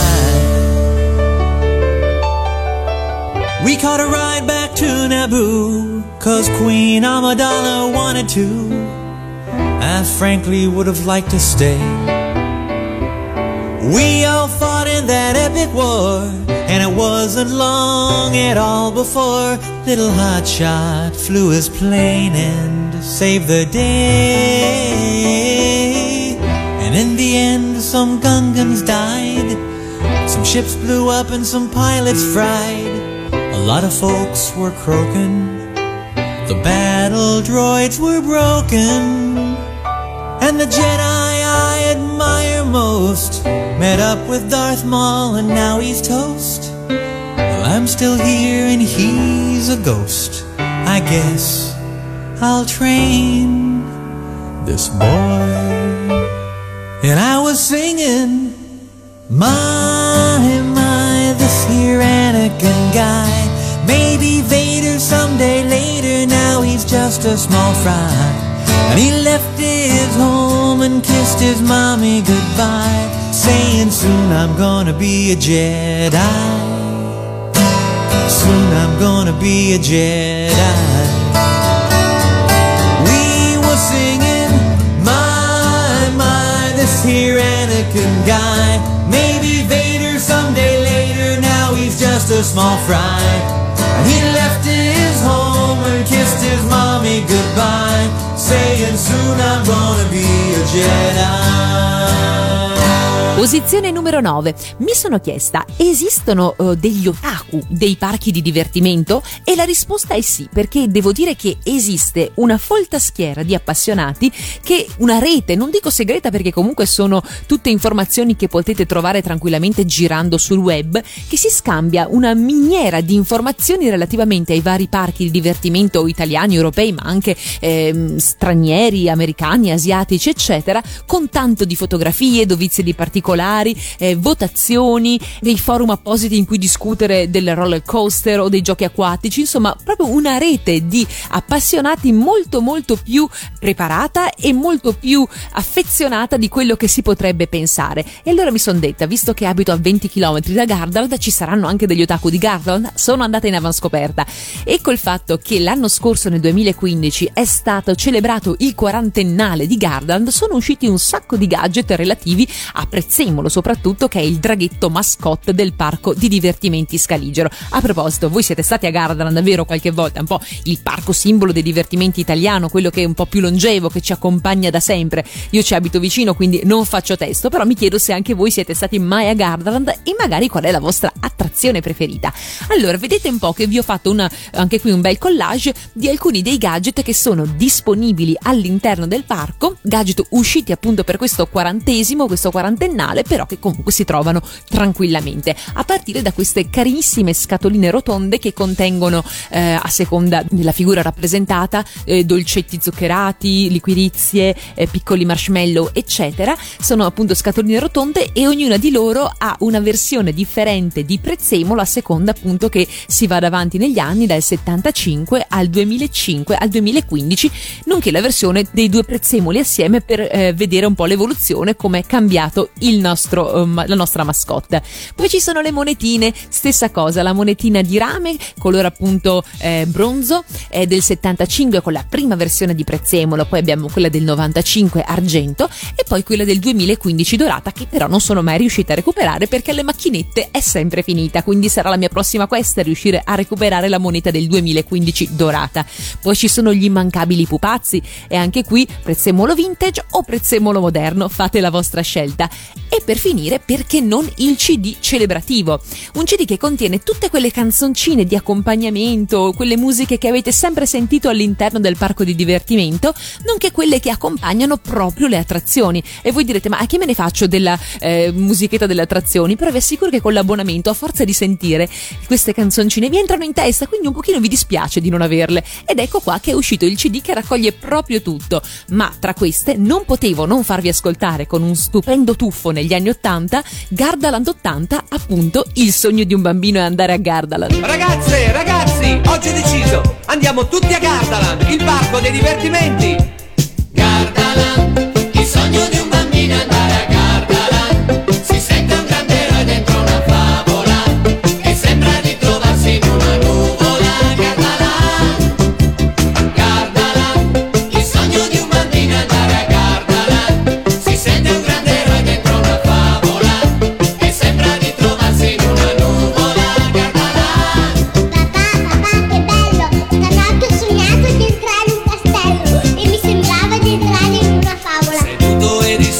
We caught a ride back to Naboo, 'cause Queen Amidala wanted to. I frankly would have liked to stay. We all fought in that epic war, and it wasn't long at all before little Hotshot flew his plane and saved the day. And in the end, some Gungans died, some ships blew up and some pilots fried. A lot of folks were croaking, the battle droids were broken, and the Jedi I admire most met up with Darth Maul and now he's toast. Well, I'm still here and he's a ghost. I guess I'll train this boy. And I was singing, my, this here Anakin guy. Maybe Vader someday later, now he's just a small fry. And he left his home and kissed his mommy goodbye, saying soon I'm gonna be a Jedi. Soon I'm gonna be a Jedi. We were singing, my, this here Anakin guy. Maybe Vader someday later, now he's just a small fry. And he left his home and kissed his mommy goodbye, saying soon I'm gonna be a Jedi. Posizione numero 9. Mi sono chiesta, esistono degli otaku dei parchi di divertimento? E la risposta è sì, perché devo dire che esiste una folta schiera di appassionati, che una rete, non dico segreta perché comunque sono tutte informazioni che potete trovare tranquillamente girando sul web, che si scambia una miniera di informazioni relativamente ai vari parchi di divertimento italiani, europei, ma anche stranieri, americani, asiatici, eccetera, con tanto di fotografie, dovizie di particolari, votazioni, dei forum appositi in cui discutere del roller coaster o dei giochi acquatici, insomma proprio una rete di appassionati molto molto più preparata e molto più affezionata di quello che si potrebbe pensare. E allora mi sono detta, visto che abito a 20 km da Gardaland, ci saranno anche degli otaku di Gardaland. Sono andata in avanscoperta e col fatto che l'anno scorso, nel 2015, è stato celebrato il 40ennale di Gardaland, sono usciti un sacco di gadget relativi a Prezzemolo, soprattutto, che è il draghetto mascotte del parco di divertimenti Scaligero. A proposito, voi siete stati a Gardaland davvero qualche volta? Un po' il parco simbolo dei divertimenti italiano, quello che è un po' più longevo, che ci accompagna da sempre. Io ci abito vicino, quindi non faccio testo, però mi chiedo se anche voi siete stati mai a Gardaland e magari qual è la vostra attrazione preferita. Allora, vedete un po' che vi ho fatto anche qui un bel collage di alcuni dei gadget che sono disponibili all'interno del parco, gadget usciti appunto per questo quarantennale, però che comunque si trovano tranquillamente, a partire da queste carinissime scatoline rotonde che contengono, a seconda della figura rappresentata, dolcetti zuccherati, liquirizie, piccoli marshmallow, eccetera. Sono appunto scatoline rotonde e ognuna di loro ha una versione differente di prezzemolo a seconda appunto che si vada avanti negli anni, dal 75 al 2005 al 2015, nonché la versione dei due prezzemoli assieme per vedere un po' l'evoluzione, come è cambiato il la nostra mascotte. Poi ci sono le monetine, stessa cosa, la monetina di rame, colore appunto bronzo, del 75 con la prima versione di prezzemolo, poi abbiamo quella del 95 argento e poi quella del 2015 dorata, che però non sono mai riuscita a recuperare perché alle macchinette è sempre finita, quindi sarà la mia prossima quest riuscire a recuperare la moneta del 2015 dorata. Poi ci sono gli immancabili pupazzi e anche qui prezzemolo vintage o prezzemolo moderno, fate la vostra scelta. E per finire, perché non il CD celebrativo, un CD che contiene tutte quelle canzoncine di accompagnamento, quelle musiche che avete sempre sentito all'interno del parco di divertimento, nonché quelle che accompagnano proprio le attrazioni. E voi direte, ma a che me ne faccio della musichetta delle attrazioni? Però vi assicuro che con l'abbonamento, a forza di sentire queste canzoncine, vi entrano in testa, quindi un pochino vi dispiace di non averle. Ed ecco qua che è uscito il CD che raccoglie proprio tutto, ma tra queste non potevo non farvi ascoltare con un stupendo tuffo negli anni 80 Gardaland 80, appunto il sogno di un bambino è andare a Gardaland. Ragazze, ragazzi, oggi ho deciso, andiamo tutti a Gardaland, il parco dei divertimenti. Gardaland, il sogno di un bambino è andare a Gardaland. Si sente un grande eroe dentro una favola e sembra di trovarsi in una nuvola. Gardaland, Gardaland, il sogno di un bambino è andare a Gardaland. Si sente un grande eroe dentro una favola e sembra di trovarsi in una nuvola. Gardaland. Papà, che bello! Da notte ho sognato di entrare in un castello e mi sembrava di entrare in una favola. Seduto ed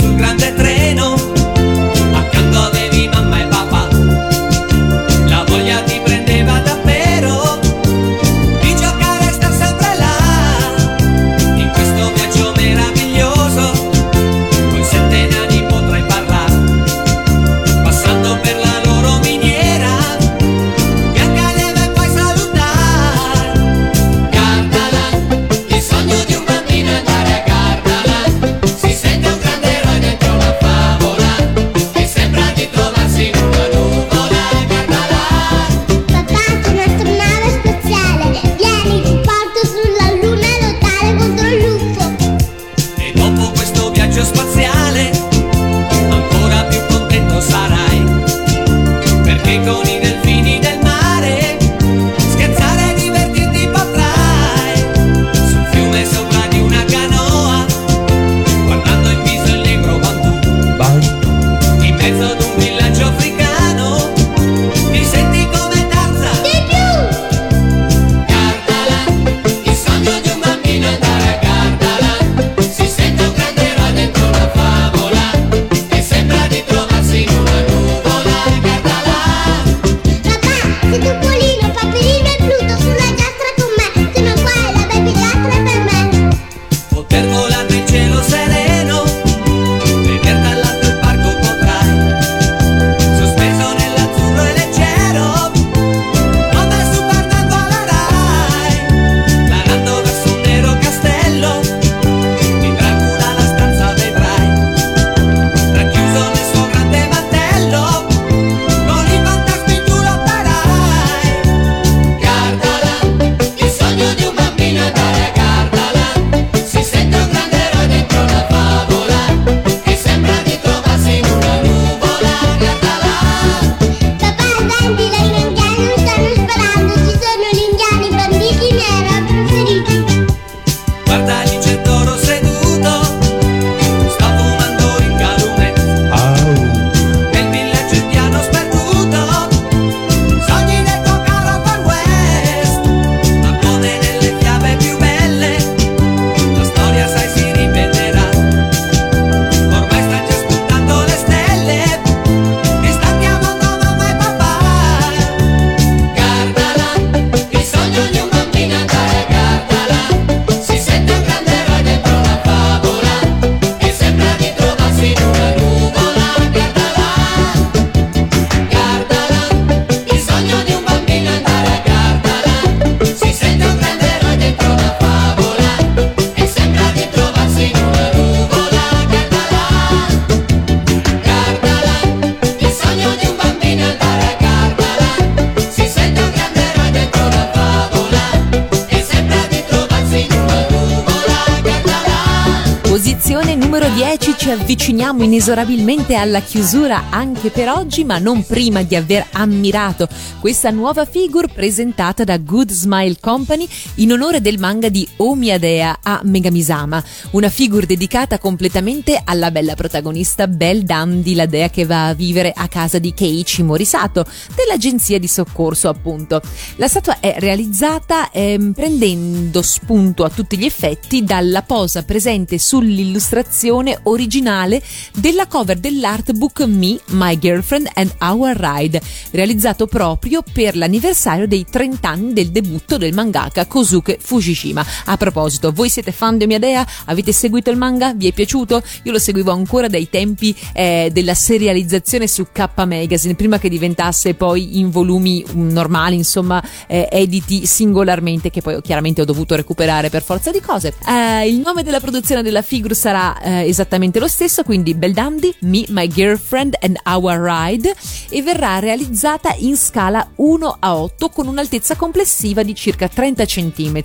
avviciniamo inesorabilmente alla chiusura anche per oggi, ma non prima di aver ammirato questa nuova figure presentata da Good Smile Company in onore del manga di Omi Dea a Megamisama, una figure dedicata completamente alla bella protagonista Belle Dandy, la dea che va a vivere a casa di Keiichi Morisato dell'agenzia di soccorso, appunto. La statua è realizzata prendendo spunto a tutti gli effetti dalla posa presente sull'illustrazione originale della cover dell'artbook Me, My Girlfriend and Our Ride, realizzato proprio per l'anniversario dei 30 anni del debutto del mangaka Kosuke Fujishima. A proposito, voi siete fan di Omi Dea? Avete seguito il manga? Vi è piaciuto? Io lo seguivo ancora dai tempi della serializzazione su K Magazine, prima che diventasse poi in volumi normali, insomma, editi singolarmente, che poi chiaramente ho dovuto recuperare per forza di cose. Il nome della produzione della figure sarà esattamente lo stesso, quindi Belle Dandy, Me, My Girlfriend and Our Ride, e verrà realizzata in scala 1:8 con un'altezza complessiva di circa 30 cm.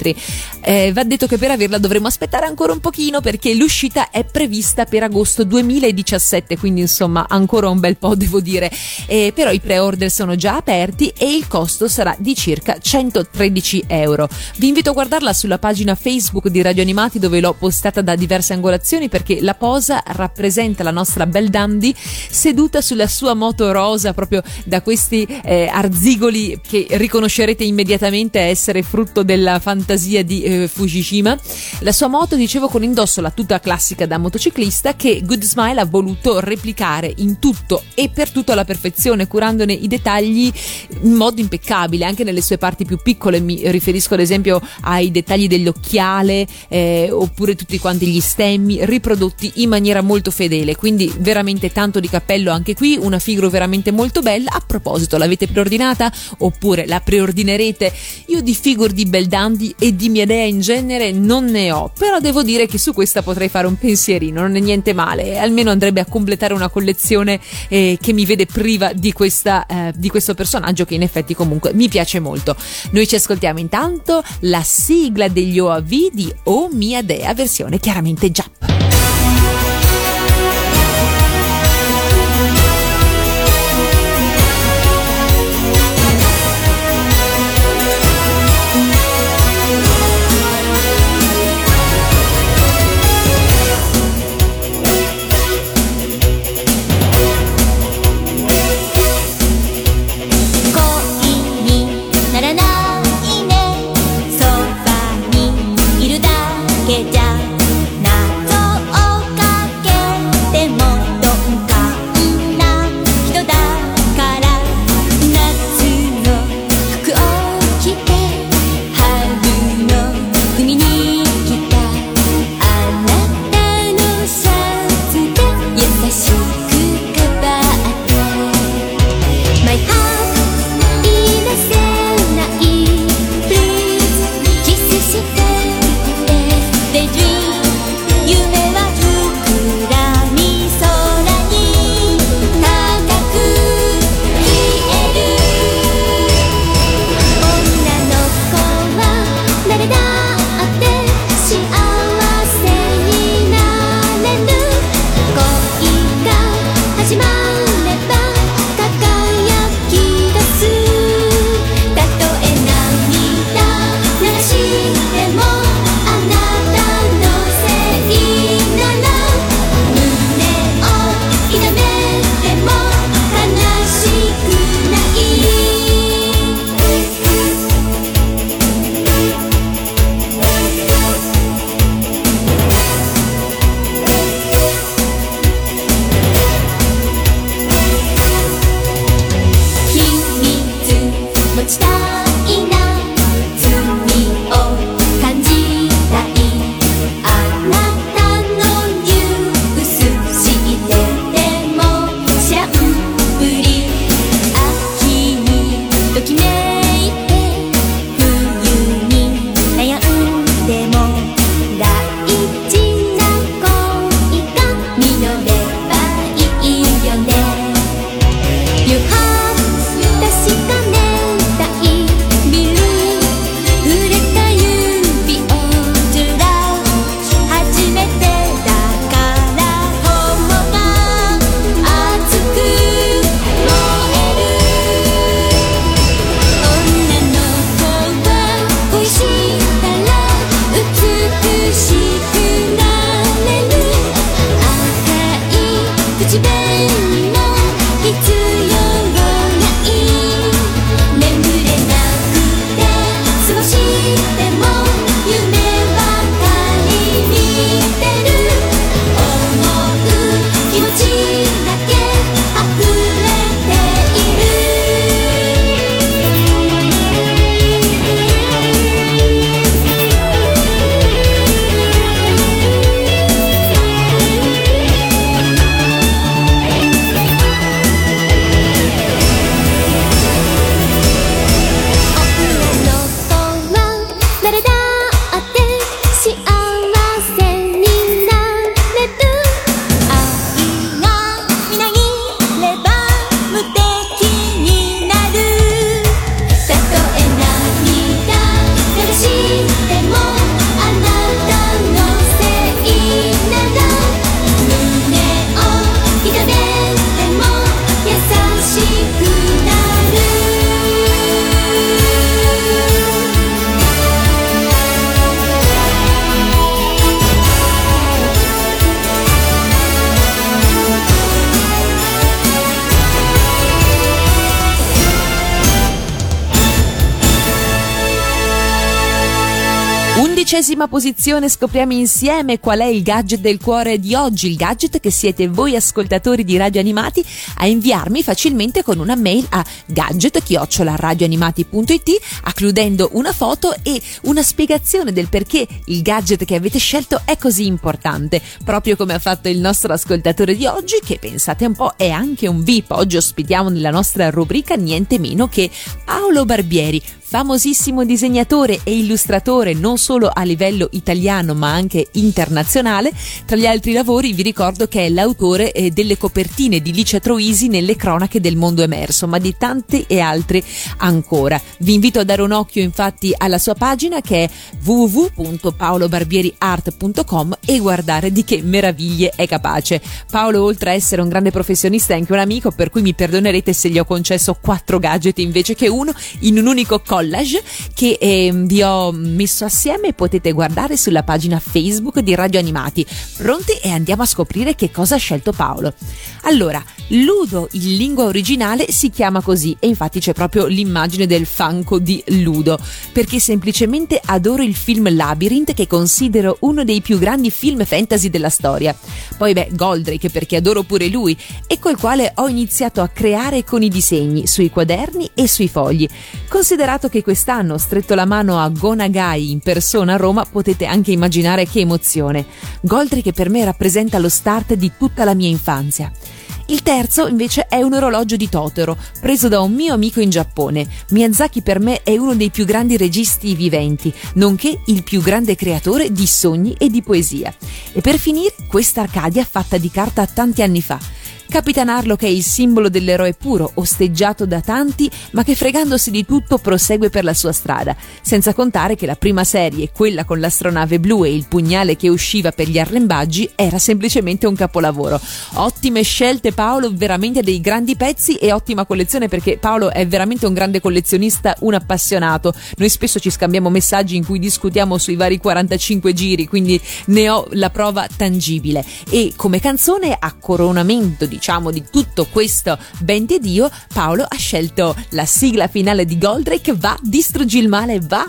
Va detto che per averla dovremo aspettare ancora un pochino, perché l'uscita è prevista per agosto 2017, quindi insomma ancora un bel po', devo dire, però i pre-order sono già aperti e il costo sarà di circa 113 euro. Vi invito a guardarla sulla pagina Facebook di Radio Animati, dove l'ho postata da diverse angolazioni, perché la posa rappresenta la nostra Belle Dandy seduta sulla sua moto rosa, proprio da questi arzigoli che riconoscerete immediatamente essere frutto della fantasia di Fujishima. La sua moto, dicevo, con indosso la tuta classica da motociclista, che Good Smile ha voluto replicare in tutto e per tutto alla perfezione, curandone i dettagli in modo impeccabile anche nelle sue parti più piccole. Mi riferisco ad esempio ai dettagli dell'occhiale, oppure tutti quanti gli stemmi riprodotti in maniera molto fedele, quindi veramente tanto di cappello anche qui, una figura veramente molto bella. A proposito, l'avete preordinata oppure la preordinerete? Io di figure di Belle Dandy e di Mia Dea in genere non ne ho, però devo dire che su questa potrei fare un pensierino, non è niente male, almeno andrebbe a completare una collezione che mi vede priva di questo personaggio, che in effetti comunque mi piace molto. Noi ci ascoltiamo intanto la sigla degli OAV di Oh Mia Dea, versione chiaramente Jap. 「そばにいるだけじゃ」「謎をか 12ª posizione scopriamo insieme qual è il gadget del cuore di oggi, il gadget che siete voi ascoltatori di Radio Animati a inviarmi facilmente con una mail a gadget@radioanimati.it, accludendo una foto e una spiegazione del perché il gadget che avete scelto è così importante, proprio come ha fatto il nostro ascoltatore di oggi, che pensate un po' è anche un VIP. Oggi ospitiamo nella nostra rubrica niente meno che Paolo Barbieri, famosissimo disegnatore e illustratore non solo a livello italiano ma anche internazionale. Tra gli altri lavori vi ricordo che è l'autore delle copertine di Licia Troisi nelle cronache del mondo emerso, ma di tanti e altri ancora. Vi invito a dare un occhio infatti alla sua pagina, che è www.paolobarbieriart.com, e guardare di che meraviglie è capace. Paolo, oltre a essere un grande professionista, è anche un amico, per cui mi perdonerete se gli ho concesso 4 gadget invece che uno in un unico collage che vi ho messo assieme e potete guardare sulla pagina Facebook di Radio Animati. Pronti? E andiamo a scoprire che cosa ha scelto Paolo. Allora, Ludo in lingua originale si chiama così, e infatti c'è proprio l'immagine del fanco di Ludo, perché semplicemente adoro il film Labyrinth, che considero uno dei più grandi film fantasy della storia. Poi Goldrake, perché adoro pure lui, e col quale ho iniziato a creare con i disegni sui quaderni e sui fogli. Considerato che quest'anno ho stretto la mano a Go Nagai in persona a Roma, potete anche immaginare che emozione. Goldrake per me rappresenta lo start di tutta la mia infanzia. Il terzo invece è un orologio di Totoro, preso da un mio amico in Giappone. Miyazaki per me è uno dei più grandi registi viventi, nonché il più grande creatore di sogni e di poesia. E per finire, questa Arcadia fatta di carta tanti anni fa. Capitan Harlock è il simbolo dell'eroe puro, osteggiato da tanti, ma che fregandosi di tutto prosegue per la sua strada. Senza contare che la prima serie, quella con l'astronave blu e il pugnale che usciva per gli arrembaggi, era semplicemente un capolavoro. Ottime scelte Paolo, veramente dei grandi pezzi e ottima collezione, perché Paolo è veramente un grande collezionista, un appassionato. Noi spesso ci scambiamo messaggi in cui discutiamo sui vari 45 giri, quindi ne ho la prova tangibile. E come canzone a coronamento di tutto questo ben di Dio, Paolo ha scelto la sigla finale di Goldrake, va, distruggi il male, va!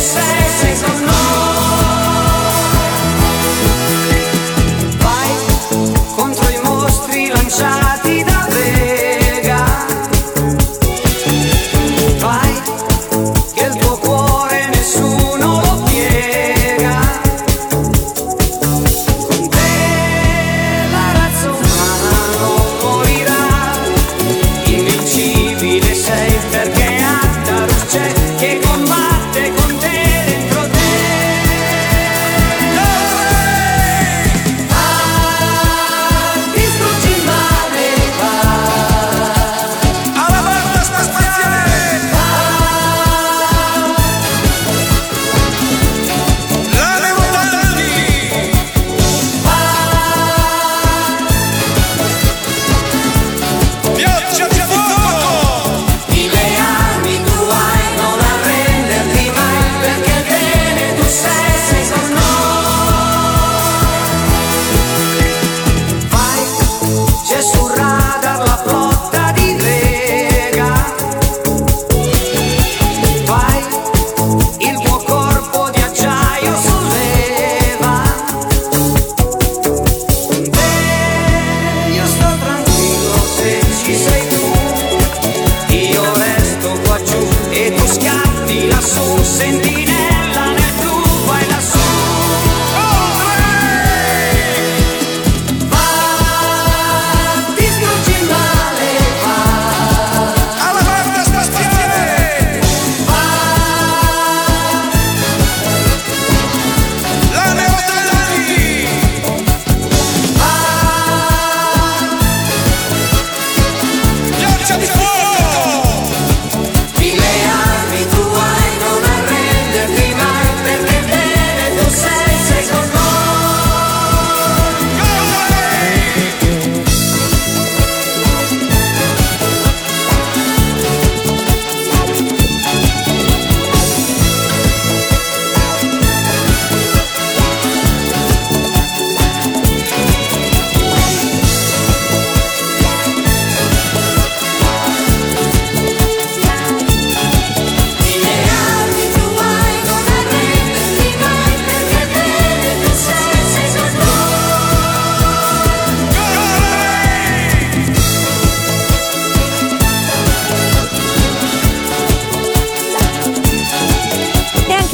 Vai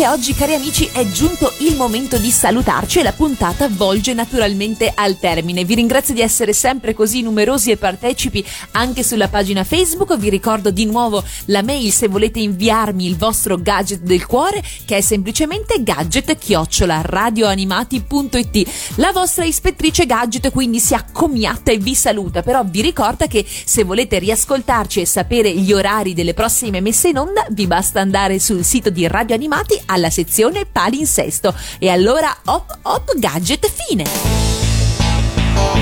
Anche oggi, cari amici, è giunto il momento di salutarci e la puntata volge naturalmente al termine. Vi ringrazio di essere sempre così numerosi e partecipi anche sulla pagina Facebook. Vi ricordo di nuovo la mail se volete inviarmi il vostro gadget del cuore, che è semplicemente gadget@radioanimati.it. La vostra ispettrice gadget quindi si accomiata e vi saluta, però vi ricorda che se volete riascoltarci e sapere gli orari delle prossime messe in onda vi basta andare sul sito di Radio Animati alla sezione palinsesto. E allora hop hop gadget fine.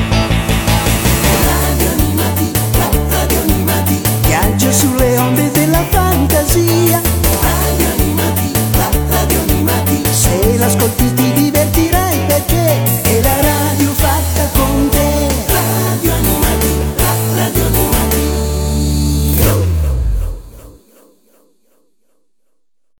Radio Animati, viaggio sulle onde della